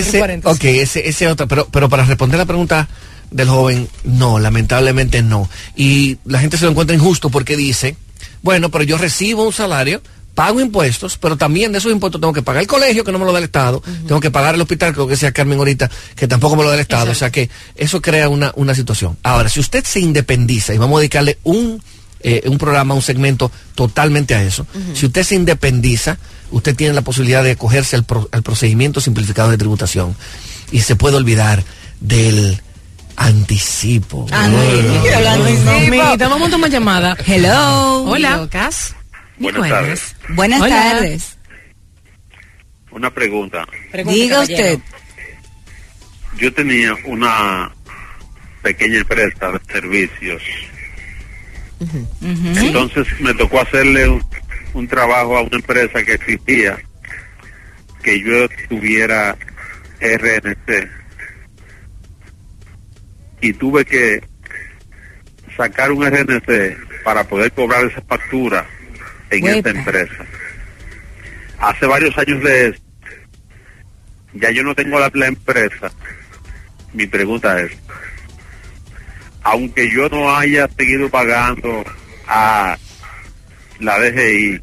Ese otro, pero para responder la del joven, no, lamentablemente no. Y la gente se lo encuentra injusto porque dice, bueno, pero yo recibo un salario, pago impuestos, pero también de esos impuestos tengo que pagar el colegio, que no me lo da el Estado, tengo que pagar el hospital, creo que decía Carmen ahorita, que tampoco me lo da el Estado. O sea que eso crea una situación. Ahora, si usted se independiza, y vamos a dedicarle un programa, un segmento totalmente a eso, si usted se independiza, usted tiene la posibilidad de acogerse al procedimiento simplificado de tributación y se puede olvidar del anticipo. Mamita, vamos a tomar llamada. Hello. Hola. Locas. Buenas tardes. Buenas Hola. tardes. Una pregunta. Diga usted. Yo tenía una pequeña empresa de servicios. Entonces me tocó hacerle un trabajo a una empresa que exigía que yo tuviera RNC. Y tuve que sacar un RNC para poder cobrar esa factura en Huepa. esta empresa. Hace varios años de eso, ya yo no tengo la empresa. Mi pregunta es, aunque yo no haya seguido pagando a la DGI,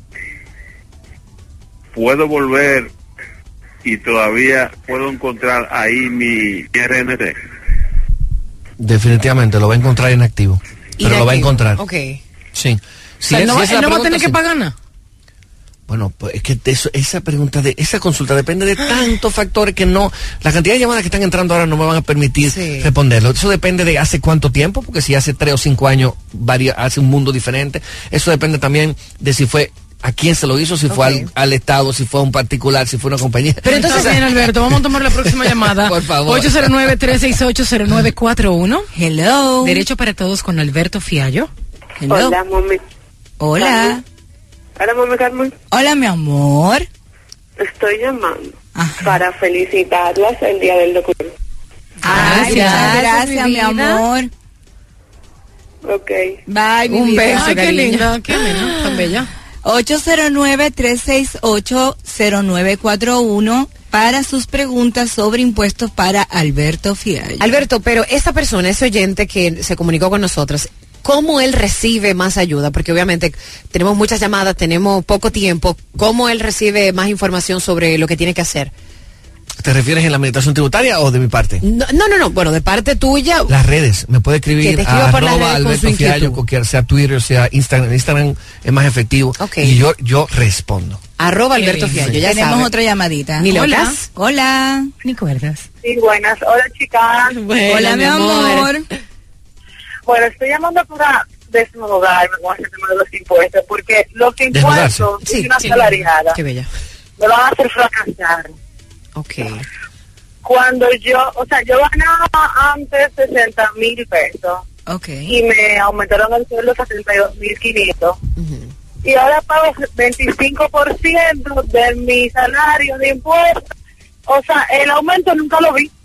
¿puedo volver y todavía puedo encontrar ahí mi RNC? Definitivamente lo va a encontrar inactivo, pero lo va a encontrar. Ok. Sí. O sea, Si no, es él la no va a pregunta, tener que sí. pagar nada. Bueno, pues es que esa consulta depende de tantos factores que no, la cantidad de llamadas que están entrando ahora no me van a permitir responderlo. Eso depende de hace cuánto tiempo, porque si hace 3 o 5 años hace un mundo diferente. Eso depende también de si fue a quién se lo hizo, si fue al Estado, si fue a un particular, si fue una compañía. Pero entonces, bien, Alberto, vamos a tomar la próxima llamada. Por favor. 809-368-0941. Hello. Derecho para todos con Alberto Fiallo. Hello. Hola, mami. Hola. Hola, mami Carmen. Hola, mi amor. Estoy llamando para felicitarlas el Día del Locutor. Gracias, mi amor. Ok. Bye, mi Un vida. beso, Ay, qué linda, qué linda, tan bella. 809-368-0941 para sus preguntas sobre impuestos para Alberto Fiallo. Alberto, pero esa persona, ese oyente que se comunicó con nosotros, ¿cómo él recibe más ayuda? Porque obviamente tenemos muchas llamadas, tenemos poco tiempo. ¿Cómo él recibe más información sobre lo que tiene que hacer? ¿Te refieres en la administración tributaria o de mi parte? No. Bueno, de parte tuya. Las redes, me puede escribir Que te escriba por las redes con Alberto su inquietud. Fiallo, cualquier, sea Twitter, sea Instagram. Instagram es más efectivo. Ok. Y yo respondo. ¡Alberto Fiallo! Ya Tenemos sabe. otra llamadita. Ni Hola. locas. Hola. Ni cuerdas. Sí, buenas. Hola, chicas. Hola, mi amor. Bueno, estoy llamando para desnudarme con ese tema de los impuestos, porque los Desnudarse. impuestos, Sí, una sí. asalariada, Qué bella. me van a hacer fracasar. Ok. Cuando yo ganaba antes 60,000 pesos Ok. y me aumentaron el sueldo a 72,500. Y ahora pago 25% de mi salario de impuestos. O sea, el aumento nunca lo vi.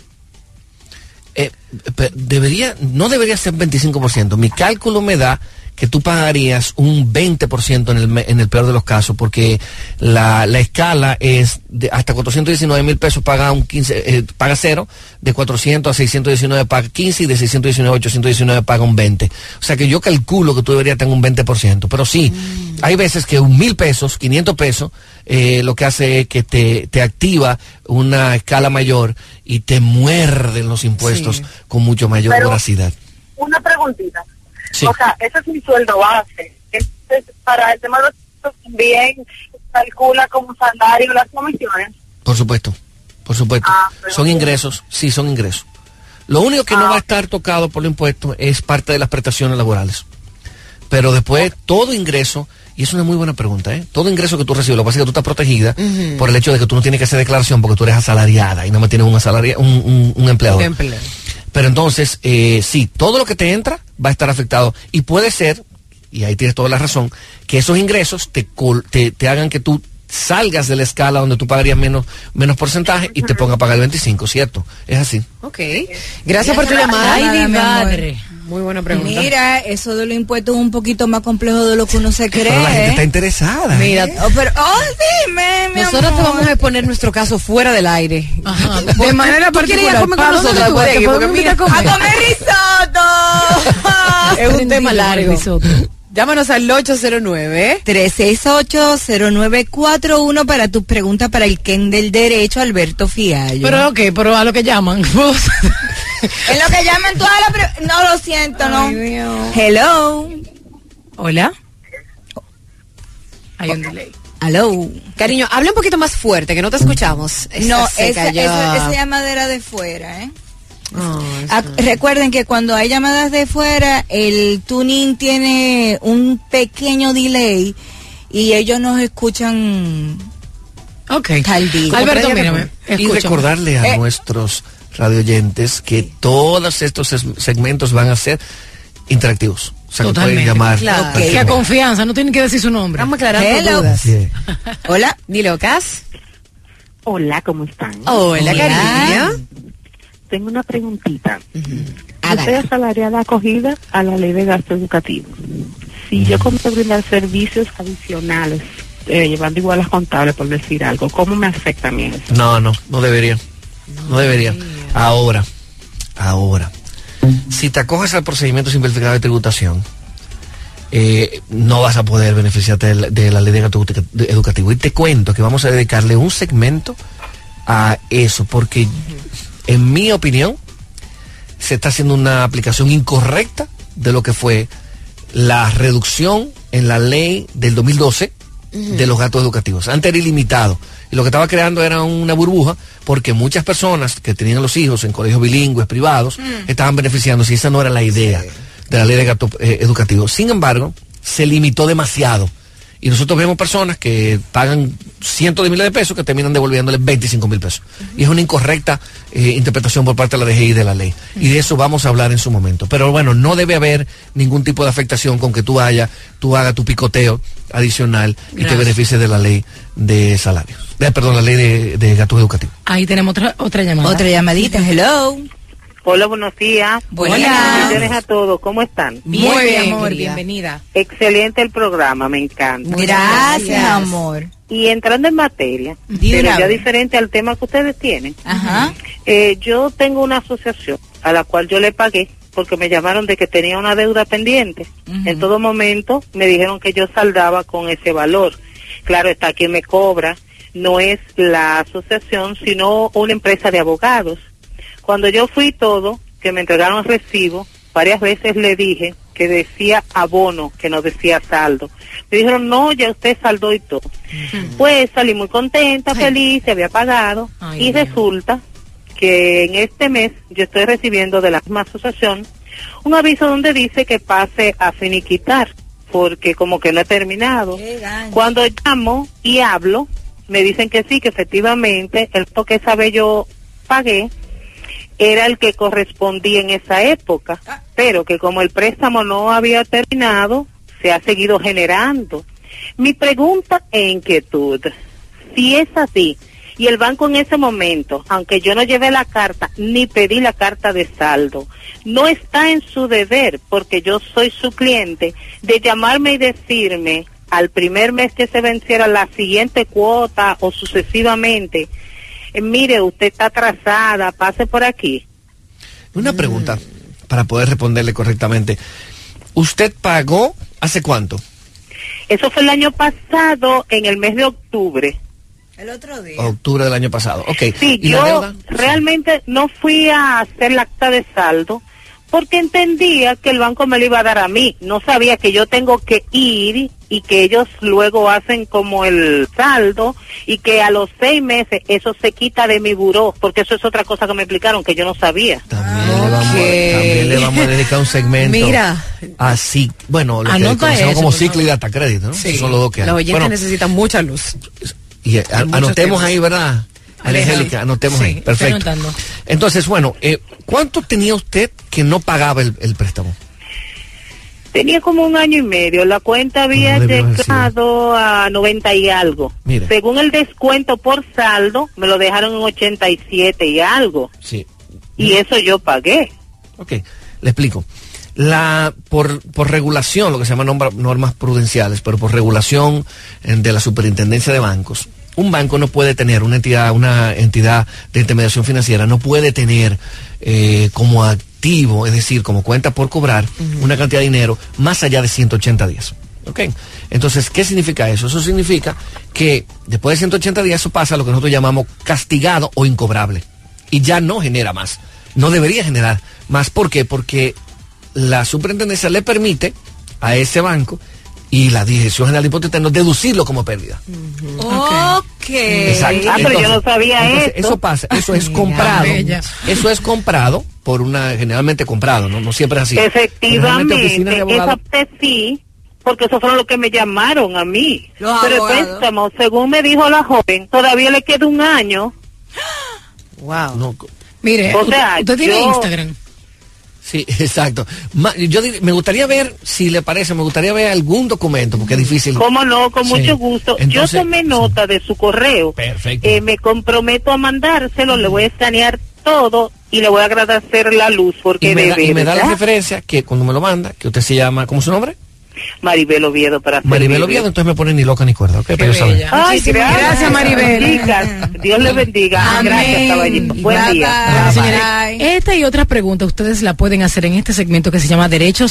No debería ser 25%. Mi cálculo me da que tú pagarías un 20% en el peor de los casos, porque la escala es de hasta 419,000 pesos paga paga 0, de 400 a 619 paga 15 y de 619 a 819 paga un 20. O sea que yo calculo que tú deberías tener un 20%, pero sí, hay veces que 1,000 pesos, 500 pesos, lo que hace es que te activa una escala mayor y te muerden los impuestos con mucho mayor Pero, voracidad. Una preguntita. Sí. O sea, ese es mi sueldo base. Entonces, para el tema de los impuestos, también calcula como salario las comisiones. Por supuesto. Son ingresos, sí, son ingresos. Lo único que no va a estar tocado por los impuestos es parte de las prestaciones laborales. Pero después, todo ingreso, y es una muy buena pregunta, todo ingreso que tú recibes, lo que pasa es que tú estás protegida por el hecho de que tú no tienes que hacer declaración porque tú eres asalariada y no me tienes un empleador. Pero entonces, sí, todo lo que te entra va a estar afectado. Y puede ser, y ahí tienes toda la razón, que esos ingresos te hagan que tú salgas de la escala donde tú pagarías menos porcentaje y te ponga a pagar el 25, ¿cierto? Es así. Ok. Gracias por tu llamada. Ay, mi madre. Muy buena pregunta. Mira, eso de los impuestos es un poquito más complejo de lo que uno se cree. Pero la gente está interesada. Mira, Dime, mi nosotros amor. te vamos a exponer nuestro caso fuera del aire. Ajá. De manera ¿Tú quieres ir particular. a comer con ¿Para dónde nosotros? tú vas? Porque ¿Te podemos mira, invitar a ¡A comer? comer risotto! Es un tema Prendido largo. el risotto. Llámanos al 809. 368-0941 para tus preguntas para el Ken del Derecho, Alberto Fiallo. Pero ok, pero a lo que llaman. En lo que llaman todas las no, lo siento, no. Ay, Dios. Hello. Hola. Hay un delay. Hello. Cariño, habla un poquito más fuerte, que no te escuchamos. No, se esa cayó. llamada de fuera, ¿eh? Oh, Recuerden que cuando hay llamadas de fuera, el tuning tiene un pequeño delay y ellos nos escuchan Ok. tardío. Alberto, Comprende, mírame. Y Escúchame. recordarle a nuestros radioyentes que todos estos segmentos van a ser interactivos. O sea, que Totalmente. pueden llamar. Claro. Que a perfectamente. confianza, no tienen que decir su nombre. Estamos aclarando Hello. dudas. Sí. Hola. Ni locas. Hola, ¿cómo están? Hola, Hola. cariño. Tengo una preguntita. Hágala. Yo estoy asalariada acogida a la ley de gasto educativo. Si yo comienzo a brindar servicios adicionales, llevando igual las contables, por decir algo, ¿cómo me afecta a mí eso? No debería. No debería. Ahora. Si te acoges al procedimiento simplificado de tributación, no vas a poder beneficiarte de la ley de gasto educativo. Y te cuento que vamos a dedicarle un segmento a eso, porque en mi opinión se está haciendo una aplicación incorrecta de lo que fue la reducción en la ley del 2012 de los gastos educativos. Antes era ilimitado. Y lo que estaba creando era una burbuja porque muchas personas que tenían los hijos en colegios bilingües privados estaban beneficiándose y esa no era la idea de la ley de gastos educativos. Sin embargo, se limitó demasiado. Y nosotros vemos personas que pagan cientos de miles de pesos que terminan devolviéndoles 25,000 pesos. Y es una incorrecta interpretación por parte de la DGI de la ley. Y de eso vamos a hablar en su momento. Pero bueno, no debe haber ningún tipo de afectación con que tú hagas tu picoteo adicional y te beneficies de la ley de salarios. La ley de gastos educativos. Ahí tenemos otra llamada. Otra llamadita, hello. Hola, buenos días. Hola. Bendiciones a todos. ¿Cómo están? Muy bien, amor, querida. bienvenida. Excelente el programa, me encanta. Gracias, amor. Y entrando en materia, pero ya diferente al tema que ustedes tienen. Ajá. Yo tengo una asociación a la cual yo le pagué porque me llamaron de que tenía una deuda pendiente. En todo momento me dijeron que yo saldaba con ese valor. Claro, está quien me cobra. No es la asociación, sino una empresa de abogados. Cuando yo fui todo, que me entregaron recibo, varias veces le dije que decía abono, que no decía saldo. Me dijeron, no, ya usted saldó y todo. Pues salí muy contenta, feliz, se había pagado. Y resulta que en este mes yo estoy recibiendo de la misma asociación un aviso donde dice que pase a finiquitar, porque como que no he terminado. Cuando llamo y hablo, me dicen que sí, que efectivamente el toque esa vez yo pagué era el que correspondía en esa época, pero que como el préstamo no había terminado, se ha seguido generando. Mi pregunta e inquietud, si es así, y el banco en ese momento, aunque yo no llevé la carta, ni pedí la carta de saldo, no está en su deber, porque yo soy su cliente, de llamarme y decirme al primer mes que se venciera la siguiente cuota o sucesivamente, mire, usted está atrasada, pase por aquí. Una pregunta para poder responderle correctamente. ¿Usted pagó hace cuánto? Eso fue el año pasado, en el mes de octubre. El otro día. Octubre del año pasado, ok. Sí, ¿Y yo la deuda? realmente no fui a hacer la acta de saldo porque entendía que el banco me lo iba a dar a mí. No sabía que yo tengo que ir y que ellos luego hacen como el saldo y que a los 6 meses eso se quita de mi buró, porque eso es otra cosa que me explicaron que yo no sabía. También le vamos a dedicar un segmento. Mira, así, bueno, lo que anota conocemos eso, como por ciclo y favor. data crédito, ¿no? sí, Son los dos que hay. los oyentes Bueno, necesitan mucha luz. y muchos anotemos temas. ahí, ¿verdad? Angélica, anotemos Sí, ahí. estoy Perfecto. anotando. Entonces, bueno, ¿cuánto tenía usted que no pagaba el préstamo? Tenía como 1 año y medio, la cuenta había No debió haber llegado a 90 y algo. Mire. Según el descuento por saldo, me lo dejaron en 87 y algo. Sí. Y eso yo pagué. Ok, le explico. Por regulación, lo que se llama normas prudenciales, pero por regulación de la Superintendencia de Bancos, un banco no puede tener, una entidad de intermediación financiera no puede tener como activo, es decir, como cuenta por cobrar, una cantidad de dinero más allá de 180 días. ¿Ok? Entonces, ¿qué significa eso? Eso significa que después de 180 días eso pasa a lo que nosotros llamamos castigado o incobrable. Y ya no genera más. No debería generar más. ¿Por qué? Porque la superintendencia le permite a ese banco y la Dirección General de Impuestos Internos deducirlo como pérdida. Ok. Exacto. Ah, pero yo no sabía eso. Eso pasa, eso es comprado. bella. Eso es comprado por generalmente comprado, ¿no? No siempre es así. Generalmente oficinas Efectivamente, de esa abogados- parte sí, porque eso fue lo que me llamaron a mí. Los Pero el abogados. préstamo, según me dijo la joven, todavía le queda 1 año. Wow. no, Mire, O sea, usted tiene yo- Instagram. sí, exacto. Me gustaría ver, si le parece, me gustaría ver algún documento, porque es difícil. ¿Cómo no? Con Sí. mucho gusto. Entonces, yo tomé nota de su correo. Perfecto. Me comprometo a mandárselo, le voy a escanear todo y le voy a agradecer la luz, porque y me da la ¿verdad? referencia que cuando me lo manda, que usted se llama, ¿cómo es su nombre? Maribel Oviedo para Maribel servirle. Oviedo, entonces me pone ni loca ni cuerda, ¿ok? Qué Pero yo saber. bella. Ay, Muchísimas gracias, Maribel. Chicas, Dios les bendiga. Amén. Gracias, caballito. Buen Bye, día. bye. Bueno, señores, Bye. esta y otras preguntas ustedes la pueden hacer en este segmento que se llama Derecho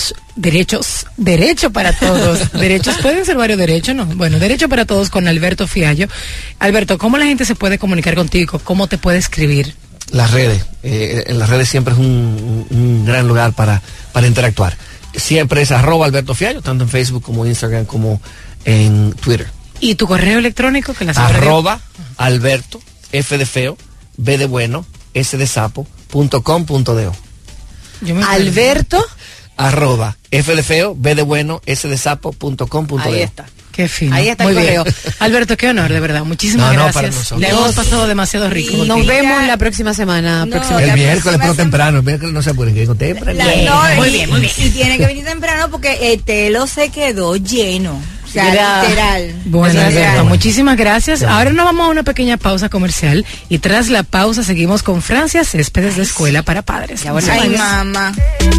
para Todos. Derechos, pueden ser varios derechos, ¿no? Bueno, Derecho para Todos con Alberto Fiallo. Alberto, ¿cómo la gente se puede comunicar contigo? ¿Cómo te puede escribir? Las redes, en las redes siempre es un gran lugar para interactuar. Siempre es @Alberto Fiallo, tanto en Facebook como en Instagram como en Twitter. ¿Y tu correo electrónico? Que la @ Alberto, F de feo, B de bueno, S de sapo, .com.do. Alberto @ F de feo, B de bueno, S de sapo, .com.do. Ahí está. Qué fino. Ahí está muy el correo. bien. Alberto, qué honor, de verdad. Muchísimas gracias. Le hemos pasado demasiado rico. Nos vemos la próxima semana. El miércoles, pero temprano. El miércoles no se apuren, que llego temprano. Muy bien. Y tiene que venir temprano porque el telo se quedó lleno. O sea, literal. Bueno, Alberto, muchísimas gracias. Ahora nos vamos a una pequeña pausa comercial y tras la pausa seguimos con Francia Céspedes de Escuela para Padres. Ay, mamá.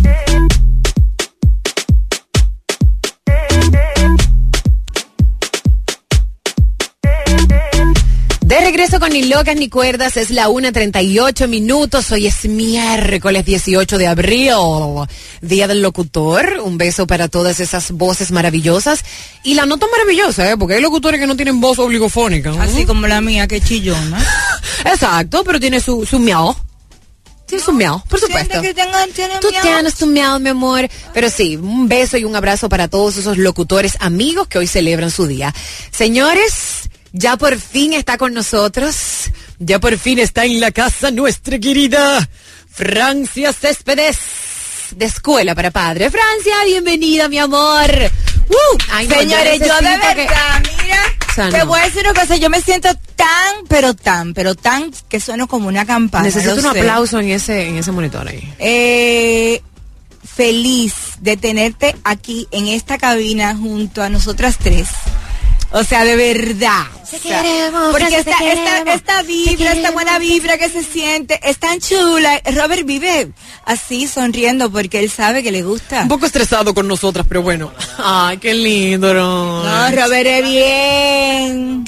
De regreso con Ni Locas Ni Cuerdas, es la 1:38. Hoy es miércoles 18 de abril, Día del Locutor. Un beso para todas esas voces maravillosas. Y la nota maravillosa, porque hay locutores que no tienen voz oligofónica. Así como la mía, que chillona. Exacto, pero tiene su miau. Tiene su miau, por supuesto. Tú tienes tu miau, mi amor. Pero sí, un beso y un abrazo para todos esos locutores amigos que hoy celebran su día. Señores, ya por fin está con nosotros, ya por fin está en la casa nuestra querida Francia Céspedes de Escuela para Padres. Francia, bienvenida, mi amor. Ay, no, señores, yo de verdad, mira, te voy a decir una cosa, yo me siento pero tan que sueno como una campana. Necesito un aplauso en ese monitor ahí. Feliz de tenerte aquí en esta cabina junto a nosotras tres. O sea, de verdad. Porque esta vibra, esta buena vibra que se siente, es tan chula. Robert vive así, sonriendo, porque él sabe que le gusta. Un poco estresado con nosotras, pero bueno. Ay, qué lindo, Robert. No, Robert es bien.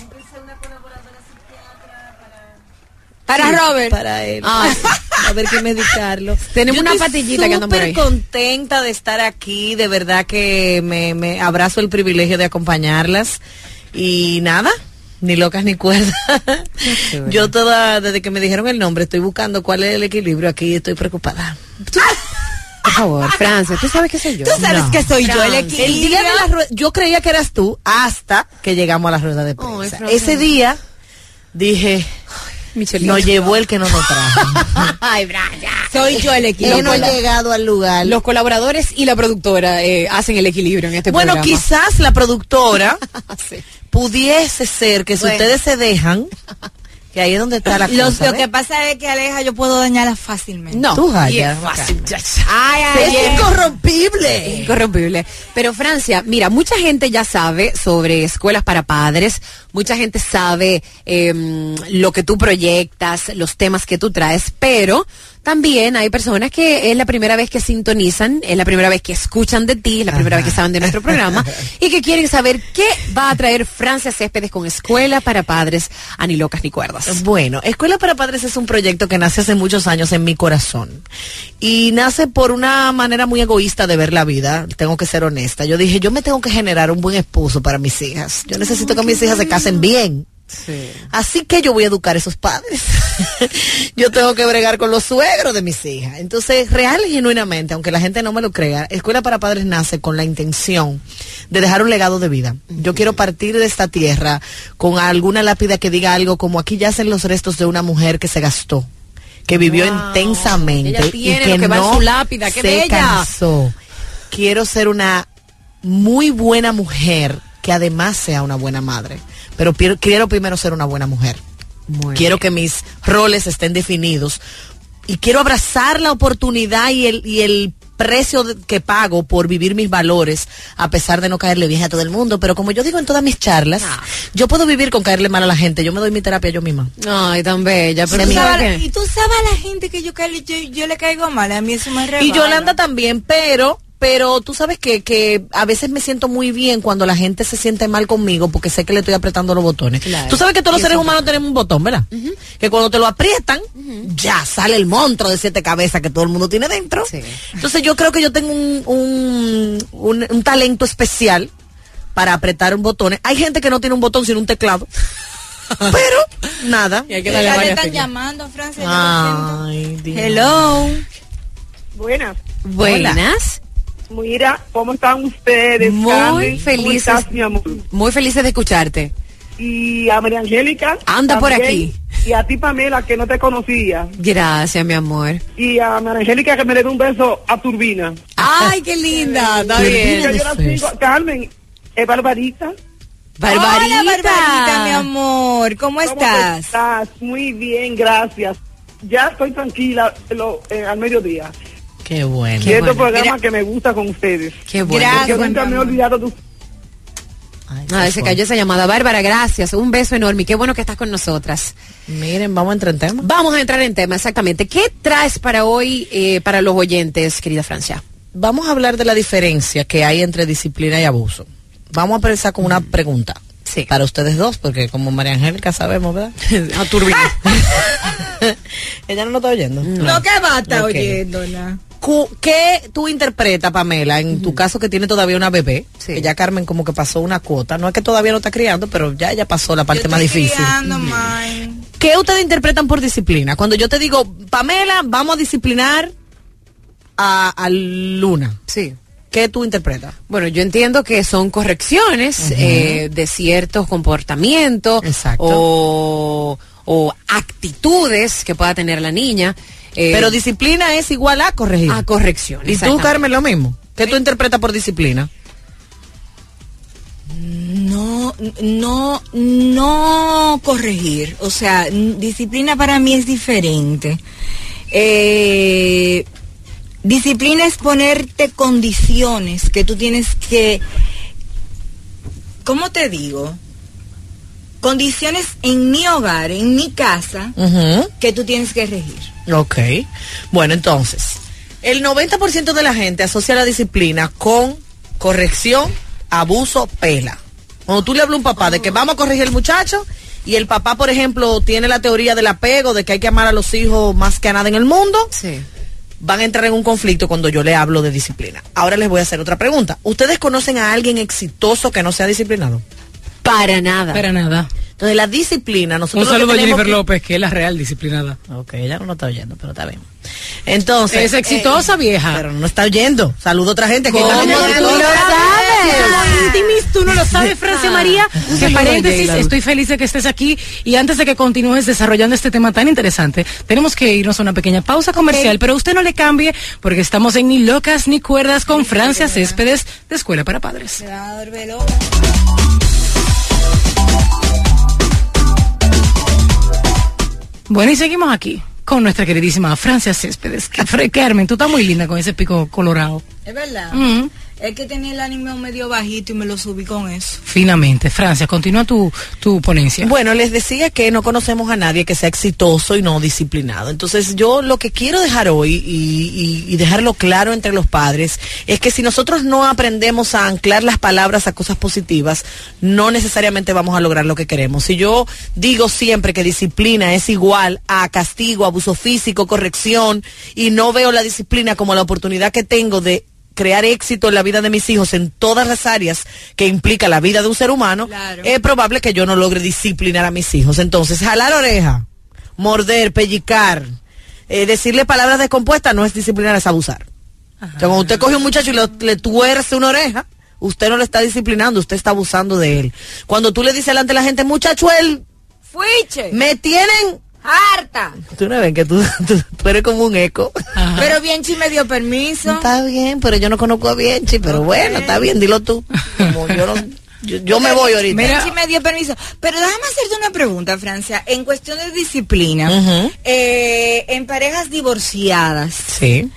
Para Robert. Para él. A ver qué medicarlo. Tenemos una patillita que anda por ahí. Súper contenta de estar aquí. De verdad que me abrazo el privilegio de acompañarlas. Y nada, ni locas ni cuerdas. Yo desde que me dijeron el nombre, estoy buscando cuál es el equilibrio aquí. Estoy preocupada. Por favor, Francia, ¿tú sabes que soy yo? ¿Tú sabes que soy yo el equilibrio? El día de la rueda, yo creía que eras tú hasta que llegamos a la rueda de prensa. Ese día dije... Michelito. Nos llevó el que no nos trajo. Ay, Brian. Soy yo el equilibrio. No he llegado al lugar. Los colaboradores y la productora hacen el equilibrio en este programa. Bueno, quizás la productora pudiese ser que si ustedes se dejan, que ahí es donde está la cosa. Lo que pasa es que Aleja yo puedo dañarla fácilmente. No, tú es fácil. Es incorrompible. Incorrompible. Pero Francia, mira, mucha gente ya sabe sobre escuelas para padres, mucha gente sabe lo que tú proyectas, los temas que tú traes, pero también hay personas que es la primera vez que sintonizan, es la primera vez que escuchan de ti, es la primera vez que saben de nuestro programa y que quieren saber qué va a traer Francia Céspedes con Escuela para Padres a Ni Locas Ni Cuerdas. Bueno, Escuela para Padres es un proyecto que nace hace muchos años en mi corazón y nace por una manera muy egoísta de ver la vida, tengo que ser honesta. Yo dije, yo me tengo que generar un buen esposo para mis hijas, yo necesito que mis hijas se casen bien. Sí. Así que yo voy a educar a esos padres. Yo tengo que bregar con los suegros de mis hijas. Entonces, real y genuinamente, aunque la gente no me lo crea, Escuela para Padres nace con la intención de dejar un legado de vida. Yo quiero partir de esta tierra con alguna lápida que diga algo como: aquí yacen los restos de una mujer que se gastó, que vivió intensamente y que no va en su lápida. ¡Qué se bella! cansó. Quiero ser una muy buena mujer que además sea una buena madre. Pero quiero primero ser una buena mujer. Quiero que mis roles estén definidos. Y quiero abrazar la oportunidad y el precio que pago por vivir mis valores, a pesar de no caerle bien a todo el mundo. Pero como yo digo en todas mis charlas, yo puedo vivir con caerle mal a la gente. Yo me doy mi terapia yo misma. Ay, tan bella. Pero y tú sabes a la gente que yo le caigo mal. A mí eso me rebala. Y Yolanda también, pero tú sabes que a veces me siento muy bien cuando la gente se siente mal conmigo porque sé que le estoy apretando los botones. Claro. Tú sabes que todos los seres humanos tenemos un botón, ¿verdad? Que cuando te lo aprietan, ya sale el monstruo de 7 cabezas que todo el mundo tiene dentro. Sí. Entonces yo creo que yo tengo un talento especial para apretar un botón. Hay gente que no tiene un botón sino un teclado. Pero, nada. Y hay que darle varias están llamando, Francia. Ay, Dios. Hello. Buenas. Buenas. Mira, ¿cómo están ustedes? Muy Carmen? felices. ¿Cómo estás, mi amor? Muy felices de escucharte. y a María Angélica. Anda por aquí. Y a ti, Pamela, que no te conocía. Gracias, mi amor. Y a María Angélica, que me le dé un beso a Turbina. Ay, qué linda. Está bien. Yo la sigo. Carmen, es Barbarita. Barbarita. Hola, Barbarita, mi amor. ¿Cómo estás? Estás muy bien, gracias. Ya estoy tranquila al mediodía. Qué bueno. Y este programa que me gusta con ustedes. Qué bueno. Yo nunca me he olvidado de Se cayó esa llamada. Bárbara, gracias. Un beso enorme. Qué bueno que estás con nosotras. Miren, vamos a entrar en tema. Vamos a entrar en tema, exactamente. ¿Qué traes para hoy, para los oyentes, querida Francia? Vamos a hablar de la diferencia que hay entre disciplina y abuso. Vamos a empezar con una pregunta. Sí. Para ustedes dos, porque como María Angélica sabemos, ¿verdad? A Turbina. Ella no lo está oyendo. No, que va a estar Ok. oyéndola. ¿Qué tú interpretas, Pamela, en tu caso que tiene todavía una bebé? Sí. Que ya Carmen como que pasó una cuota. No es que todavía no está criando, pero ya pasó la parte más difícil. ¿Qué ustedes interpretan por disciplina? Cuando yo te digo, Pamela, vamos a disciplinar a Luna. Sí. ¿Qué tú interpretas? Bueno, yo entiendo que son correcciones de ciertos comportamientos o actitudes que pueda tener la niña. Pero disciplina es igual a corregir. A corrección. ¿Y tú, Carmen, lo mismo? ¿Qué tú interpretas por disciplina? No corregir. O sea, disciplina para mí es diferente. Disciplina es ponerte condiciones que tú tienes que, ¿cómo te digo? Condiciones en mi hogar, en mi casa, que tú tienes que regir. Ok. Bueno, entonces, el 90% de la gente asocia la disciplina con corrección, abuso, pela. Cuando tú le hablas a un papá de que vamos a corregir al muchacho y el papá, por ejemplo, tiene la teoría del apego, de que hay que amar a los hijos más que a nada en el mundo, Sí. van a entrar en un conflicto cuando yo le hablo de disciplina. Ahora les voy a hacer otra pregunta. ¿Ustedes conocen a alguien exitoso que no sea disciplinado? Para nada. Para nada. Entonces, la disciplina, nosotros Un saludo lo a que tenemos Jennifer que- López, que es la real disciplinada. Ok, ella no lo está oyendo, pero está bien. Entonces... Es exitosa, vieja. Pero no está oyendo. Saludo a otra gente que ¿Cómo también tú es lo exitosa. sabes? Intimis, tú no lo sabes, Francia María. Que saludo, paréntesis, J-Lo. estoy feliz de que estés aquí. Y antes de que continúes desarrollando este tema tan interesante, tenemos que irnos a una pequeña pausa comercial, pero usted no le cambie, porque estamos en Ni Locas Ni Cuerdas con Francia Céspedes, de Escuela para Padres. Bueno, y seguimos aquí con nuestra queridísima Francia Céspedes. Carmen, tú estás muy linda con ese pico colorado. Es verdad. Mm. Es que tenía el ánimo medio bajito y me lo subí con eso. Finamente. Francia, continúa tu ponencia. Bueno, les decía que no conocemos a nadie que sea exitoso y no disciplinado. Entonces, yo lo que quiero dejar hoy y dejarlo claro entre los padres es que si nosotros no aprendemos a anclar las palabras a cosas positivas, no necesariamente vamos a lograr lo que queremos. Si yo digo siempre que disciplina es igual a castigo, abuso físico, corrección, y no veo la disciplina como la oportunidad que tengo de crear éxito en la vida de mis hijos en todas las áreas que implica la vida de un ser humano, Claro. es probable que yo no logre disciplinar a mis hijos. Entonces, jalar oreja, morder, pellicar, decirle palabras descompuestas no es disciplinar, es abusar. O sea, cuando usted coge a un muchacho y le tuerce una oreja, usted no le está disciplinando, usted está abusando de él. Cuando tú le dices delante de la gente, muchacho, él, Fuiche. me tienen... Harta. Tú no ven que tú eres como un eco. Ajá. Pero Bienchi me dio permiso. Está bien, pero yo no conozco a Bienchi, pero bueno, está bien, dilo tú. Como yo no, yo me voy ahorita. Mira. Bienchi me dio permiso. Pero déjame hacerte una pregunta, Francia. En cuestión de disciplina, Ujú. en parejas divorciadas, Sí.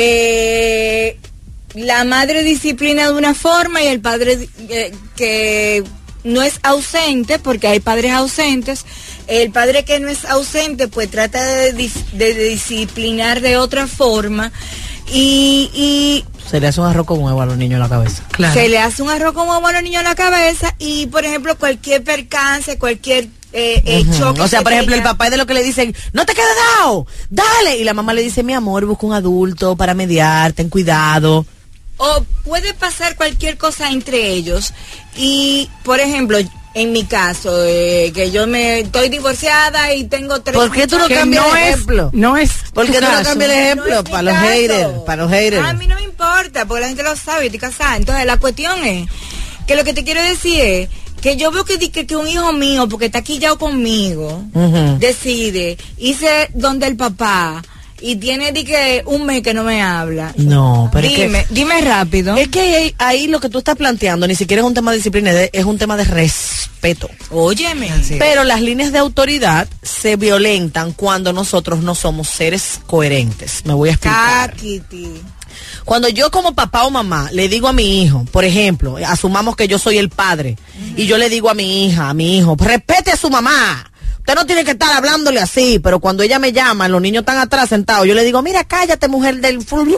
la madre disciplina de una forma y el padre que no es ausente, porque hay padres ausentes, el padre que no es ausente pues trata de disciplinar de otra forma y Se le hace un arroz con huevo a los niños en la cabeza. Claro. se le hace un arroz con huevo a los niños en la cabeza y por ejemplo cualquier percance, cualquier choque. O sea, que por ejemplo, el tenga- papá es de lo que le dicen, no te quedes dado, dale. Y la mamá le dice, mi amor, busca un adulto para mediar, ten cuidado. O puede pasar cualquier cosa entre ellos. Y, por ejemplo, en mi caso, que yo me estoy divorciada y tengo 3 ¿Por qué tú no Que cambias no el es, ejemplo? no es ¿Por tu qué tú no caso. cambias el ejemplo? No es mi Para los caso. haters, para los haters. A mí no me importa, porque la gente lo sabe, yo estoy casada. Entonces, la cuestión es que lo que te quiero decir es que yo veo que un hijo mío, porque está quillado conmigo, decide irse donde el papá y tiene un mes que no me habla. No, pero dime rápido. Es que ahí lo que tú estás planteando ni siquiera es un tema de disciplina, es un tema de respeto. Óyeme. Pero las líneas de autoridad se violentan cuando nosotros no somos seres coherentes. Me voy a explicar. Cuando yo como papá o mamá le digo a mi hijo, por ejemplo, asumamos que yo soy el padre, y yo le digo a mi hija, a mi hijo, respete a su mamá. Usted no tiene que estar hablándole así, pero cuando ella me llama, los niños están atrás sentados, yo le digo, mira, cállate, mujer del...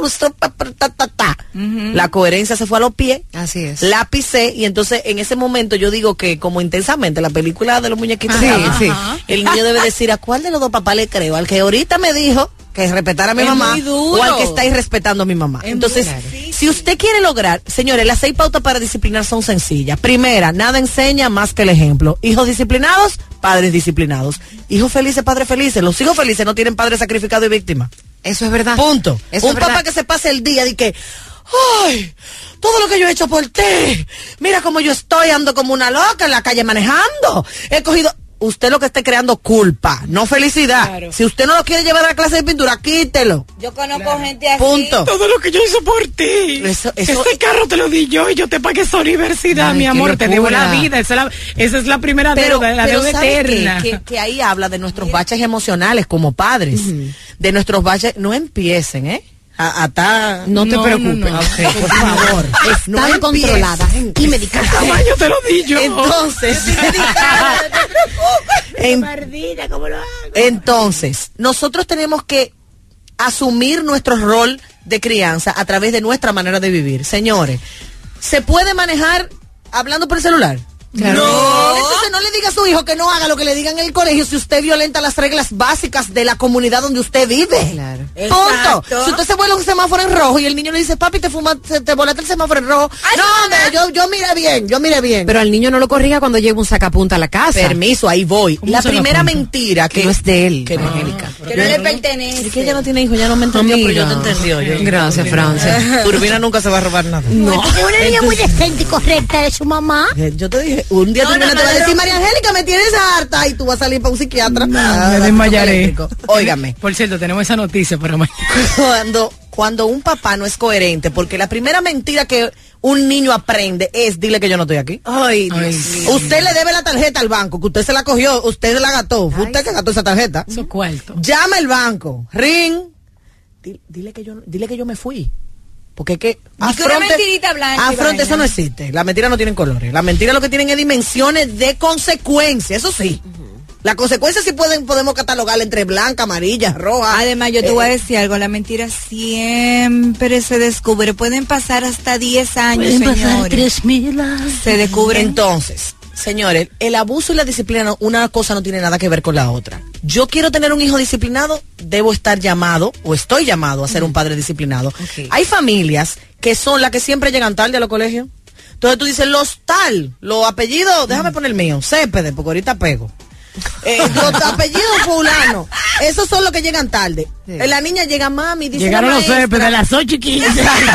La coherencia se fue a los pies. Así es. La pisé, y entonces en ese momento yo digo que, como Intensamente, la película de los muñequitos, el niño debe decir, ¿a cuál de los dos papás le creo? ¿Al que ahorita me dijo que respetara a mi mamá, o al que está irrespetando a mi mamá? Entonces, si usted quiere lograr, señores, las 6 pautas para disciplinar son sencillas. Primera, nada enseña más que el ejemplo. Hijos disciplinados, padres disciplinados. Hijos felices, padres felices. Los hijos felices no tienen padres sacrificados y víctimas. Eso es verdad. Punto. Eso Un papá que se pase el día de que, ay, todo lo que yo he hecho por ti, mira cómo yo estoy, ando como una loca en la calle manejando, he cogido... Usted lo que está creando culpa, no felicidad. Claro. Si usted no lo quiere llevar a la clase de pintura, quítelo. Yo conozco gente así. Punto. Todo lo que yo hice por ti. Ese carro te lo di yo y yo te pagué esa universidad, mi amor. Te debo la vida. Esa es la primera deuda, la deuda eterna. Que ahí habla de nuestros baches emocionales como padres. De nuestros baches. No empiecen, no te preocupes. Okay, por favor. Están controladas y medicadas. Yo te lo di yo. Entonces, nosotros tenemos que asumir nuestro rol de crianza a través de nuestra manera de vivir. Señores, ¿se puede manejar hablando por el celular? Claro. No, entonces no le diga a su hijo que no haga lo que le digan en el colegio si usted violenta las reglas básicas de la comunidad donde usted vive. Claro. Punto. Si usted se vuela un semáforo en rojo y el niño le dice, papi, te volaste el semáforo en rojo. Ay, no, hombre, yo miré bien. Pero al niño no lo corrija cuando llegue un sacapunta a la casa. Permiso, ahí voy. La primera mentira que no es de él. Que no es Angélica. Que no le pertenece. Es que ella no tiene hijo, ya no me entendió, pero yo te entendió. Gracias, Francia. Turbina nunca se va a robar nada. No. Porque es una niña muy decente y correcta de su mamá. Yo te dije, un día Turbina te va a decir, María Angélica, me tienes harta, y tú vas a salir para un psiquiatra. Me desmayaré. Óigame. Por cierto, tenemos esa noticia para mañana. Cuando un papá no es coherente, porque la primera mentira que un niño aprende es, dile que yo no estoy aquí. Ay, Dios. Usted le debe la tarjeta al banco, que usted se la cogió, usted la gastó, fue usted que gastó esa tarjeta. Eso cuarto. Llama al banco, ring, dile que yo me fui. Porque es que afronte, eso no existe. Las mentiras no tienen colores. Las mentiras lo que tienen es dimensiones de consecuencia, eso sí. Las consecuencias sí podemos catalogar entre blanca, amarilla, roja. Además, yo te voy a decir algo, la mentira siempre se descubre. Pueden pasar hasta 10 años, Pueden señores. pasar 3000 años. Se descubre. Entonces, señores, el abuso y la disciplina, una cosa no tiene nada que ver con la otra. Yo quiero tener un hijo disciplinado, debo estar llamado, o estoy llamado a ser un padre disciplinado. Okay. Hay familias que son las que siempre llegan tarde a los colegios. Entonces tú dices, los apellidos, déjame poner el mío, Cépede, porque ahorita pego. Los apellidos fulano, esos son los que llegan tarde. La niña llega, mami, dice llegaron la los Cépede a las 8:15.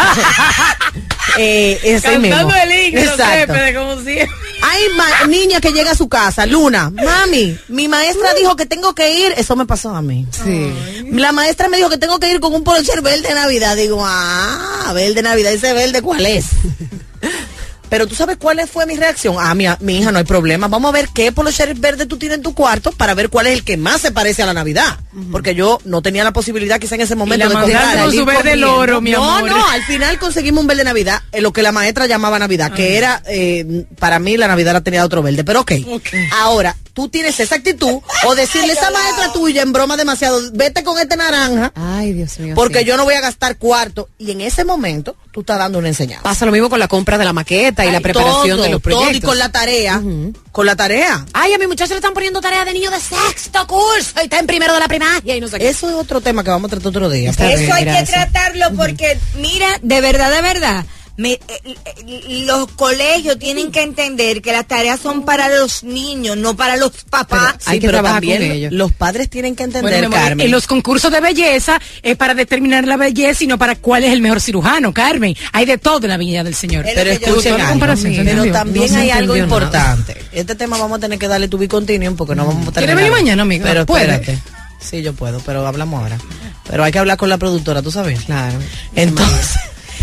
Cantando el himno, Cépede, como siempre. Hay niña que llega a su casa, Luna, mami, mi maestra dijo que tengo que ir, eso me pasó a mí. Sí. La maestra me dijo que tengo que ir con un polocher verde de Navidad. Digo, verde Navidad, ese verde, ¿cuál es? Pero tú sabes cuál fue mi reacción. Mi hija, no hay problema. Vamos a ver qué polocher verde tú tienes en tu cuarto para ver cuál es el que más se parece a la Navidad. Porque yo no tenía la posibilidad quizá en ese momento de comprar. Con su verde loro, mi amor. No, al final conseguimos un verde Navidad, lo que la maestra llamaba Navidad, que era, para mí la Navidad la tenía otro verde. Pero okay. Ahora, tú tienes esa actitud, o decirle a esa maestra tuya en broma demasiado, vete con este naranja. Ay, Dios mío. Porque yo no voy a gastar cuarto. Y en ese momento, tú estás dando una enseñanza. Pasa lo mismo con la compra de la maqueta y la preparación de los proyectos. Y con la tarea. Con la tarea. Ay, a mi muchacho le están poniendo tarea de niño de sexto curso y está en primero de la primaria y no sé qué. Eso es otro tema que vamos a tratar otro día. Eso hay que tratarlo porque, mira, de verdad, los colegios tienen que entender que las tareas son para los niños, no para los papás. Pero, hay que trabajar con ellos. Los padres tienen que entender, bueno, Carmen. En los concursos de belleza es para determinar la belleza y no para cuál es el mejor cirujano, Carmen. Hay de todo en la viña del Señor. Pero escuchen algo, pero también hay algo importante. Este tema vamos a tener que darle tu bicontinuum porque no vamos a tener. ¿Quieres venir mañana, amiga? Pero espérate. Sí, yo puedo, pero hablamos ahora. Pero hay que hablar con la productora, ¿tú sabes? Claro. Entonces,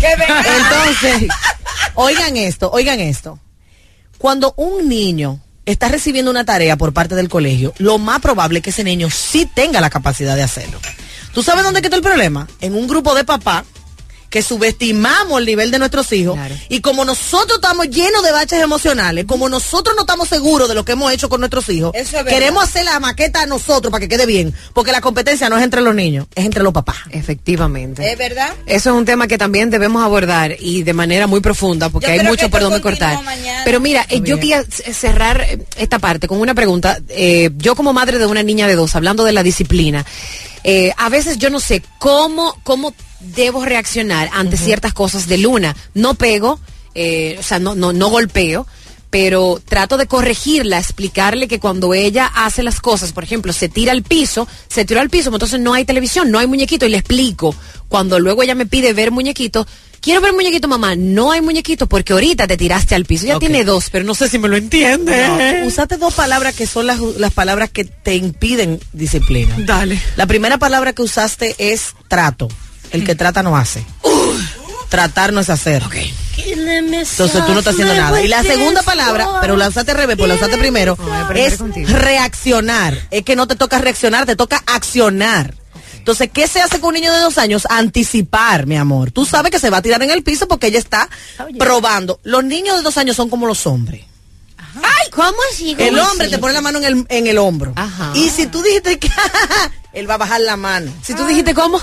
oigan esto. Cuando un niño está recibiendo una tarea por parte del colegio, lo más probable es que ese niño sí tenga la capacidad de hacerlo. ¿Tú sabes dónde está el problema? En un grupo de papás que subestimamos el nivel de nuestros hijos, claro. Y como nosotros estamos llenos de baches emocionales, como nosotros no estamos seguros de lo que hemos hecho con nuestros hijos, queremos hacer la maqueta a nosotros para que quede bien, porque la competencia no es entre los niños, es entre los papás. Efectivamente. ¿Es verdad? Eso es un tema que también debemos abordar y de manera muy profunda, porque hay mucho por donde cortar. Mañana. Pero mira, yo quería cerrar esta parte con una pregunta. Yo como madre de una niña de 2, hablando de la disciplina, a veces yo no sé cómo debo reaccionar ante ciertas cosas de Luna. No pego, o sea, no golpeo, pero trato de corregirla, explicarle que cuando ella hace las cosas, por ejemplo, se tiró al piso, entonces no hay televisión, no hay muñequito, y le explico. Cuando luego ella me pide ver muñequito, quiero ver muñequito, mamá, no hay muñequito porque ahorita te tiraste al piso. Ya tiene 2, pero no sé si me lo entiende. No, usaste 2 palabras que son las palabras que te impiden disciplina. Dale. La primera palabra que usaste es trato. El que trata no hace. Tratar no es hacer. Okay. Entonces tú no estás haciendo nada. Y la segunda palabra, pero la usaste al revés, pues la usaste primero, es reaccionar. Es que no te toca reaccionar, te toca accionar. Entonces, ¿qué se hace con un niño de 2 años? Anticipar, mi amor. Tú sabes que se va a tirar en el piso porque ella está probando. Los niños de 2 años son como los hombres. Ay, ¿cómo así? El hombre te pone la mano en el hombro. Ajá. Y si tú dijiste que él va a bajar la mano. Si tú dijiste ¿cómo?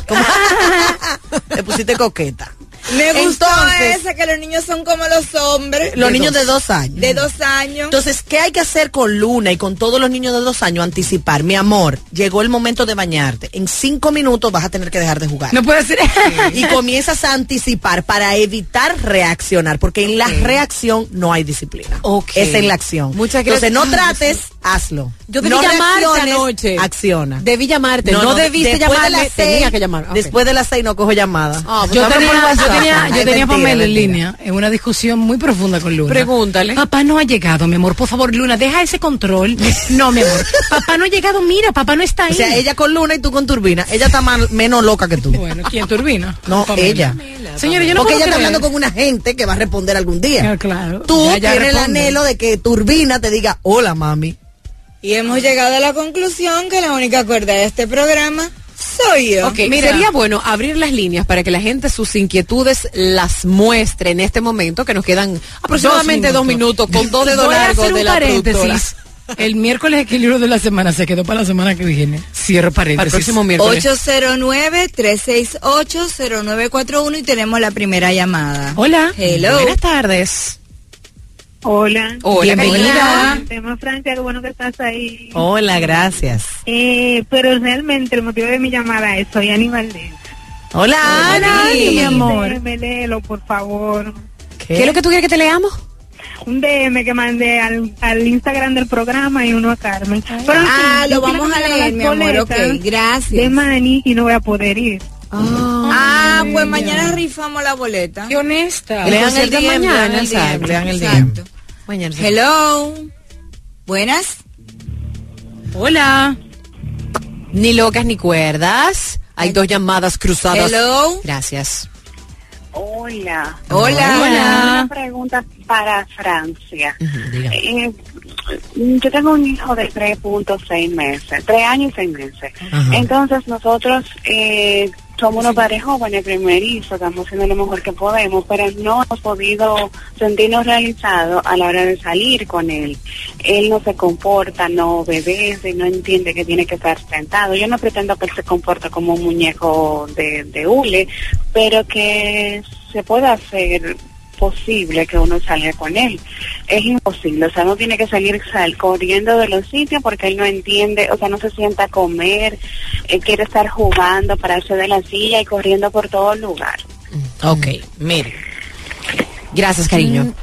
Le pusiste coqueta. Me gustó esa, que los niños son como los hombres. Los niños de 2 años. De 2 años. Entonces, ¿qué hay que hacer con Luna y con todos los niños de 2 años? Anticipar. Mi amor, llegó el momento de bañarte. En 5 minutos vas a tener que dejar de jugar. No puede ser. Y comienzas a anticipar para evitar reaccionar, porque en la reacción no hay disciplina. Es en la acción. Muchas gracias. Entonces, no trates, hazlo. Yo debí llamarte anoche. Acciona. Debí llamarte. No debiste llamarme. Tenía que llamar. Después de las 6 no cojo llamada. Yo tenía Pamela en línea en una discusión muy profunda con Luna. Pregúntale. Papá no ha llegado, mi amor. Por favor, Luna, deja ese control. No, mi amor. Papá no ha llegado. Mira, papá no está ahí. O sea, ella con Luna y tú con Turbina. Ella está menos loca que tú. Bueno, ¿quién, Turbina? No, Pamela. Ella. Señora, yo no porque puedo ella está creer. hablando con una gente que va a responder algún día. Claro. Tú tienes el anhelo de que Turbina te diga, hola, mami. Y hemos llegado a la conclusión que la única cuerda de este programa soy yo. Okay, sería bueno abrir las líneas para que la gente sus inquietudes las muestre en este momento, que nos quedan aproximadamente 2 minutos con 2 dedos largos de la productora. El miércoles equilibrio de la semana se quedó para la semana que viene. Cierro paréntesis. Para el próximo miércoles. 809-368-0941 y tenemos la primera llamada. Hola. Hello. Buenas tardes. Hola. Bienvenida. Tema Francia, qué bueno que estás ahí. Hola, gracias. Pero realmente el motivo de mi llamada es, soy Ani Valdés. Hola, Ani, mi amor. Léelo, por favor. ¿Qué es lo que tú quieres que te leamos? Un DM que mandé al Instagram del programa y uno a Carmen. Pero, lo vamos a leer, mi amor. Ok, gracias. De Mani y no voy a poder ir. Pues mañana rifamos la boleta. Qué honesta. Lean el DM, mañana, lean el DM. Mañana. Hello. Buenas. Hola. Ni locas ni cuerdas. Hay 2 llamadas cruzadas. Hello. Gracias. Hola. Hola. Una pregunta para Francia. Yo tengo un hijo de 3.6 meses, 3 años y 6 meses. Entonces nosotros somos unos padres jóvenes, primerizos, estamos haciendo lo mejor que podemos, pero no hemos podido sentirnos realizados a la hora de salir con él. Él no se comporta, no obedece, no entiende que tiene que estar sentado. Yo no pretendo que él se comporte como un muñeco de hule, pero que se pueda hacer posible que uno salga con él. Es imposible, o sea, no tiene que salir corriendo de los sitios porque él no entiende, o sea, no se sienta a comer, él quiere estar jugando, pararse de la silla y corriendo por todo el lugar. Ok, mire, Gracias, cariño.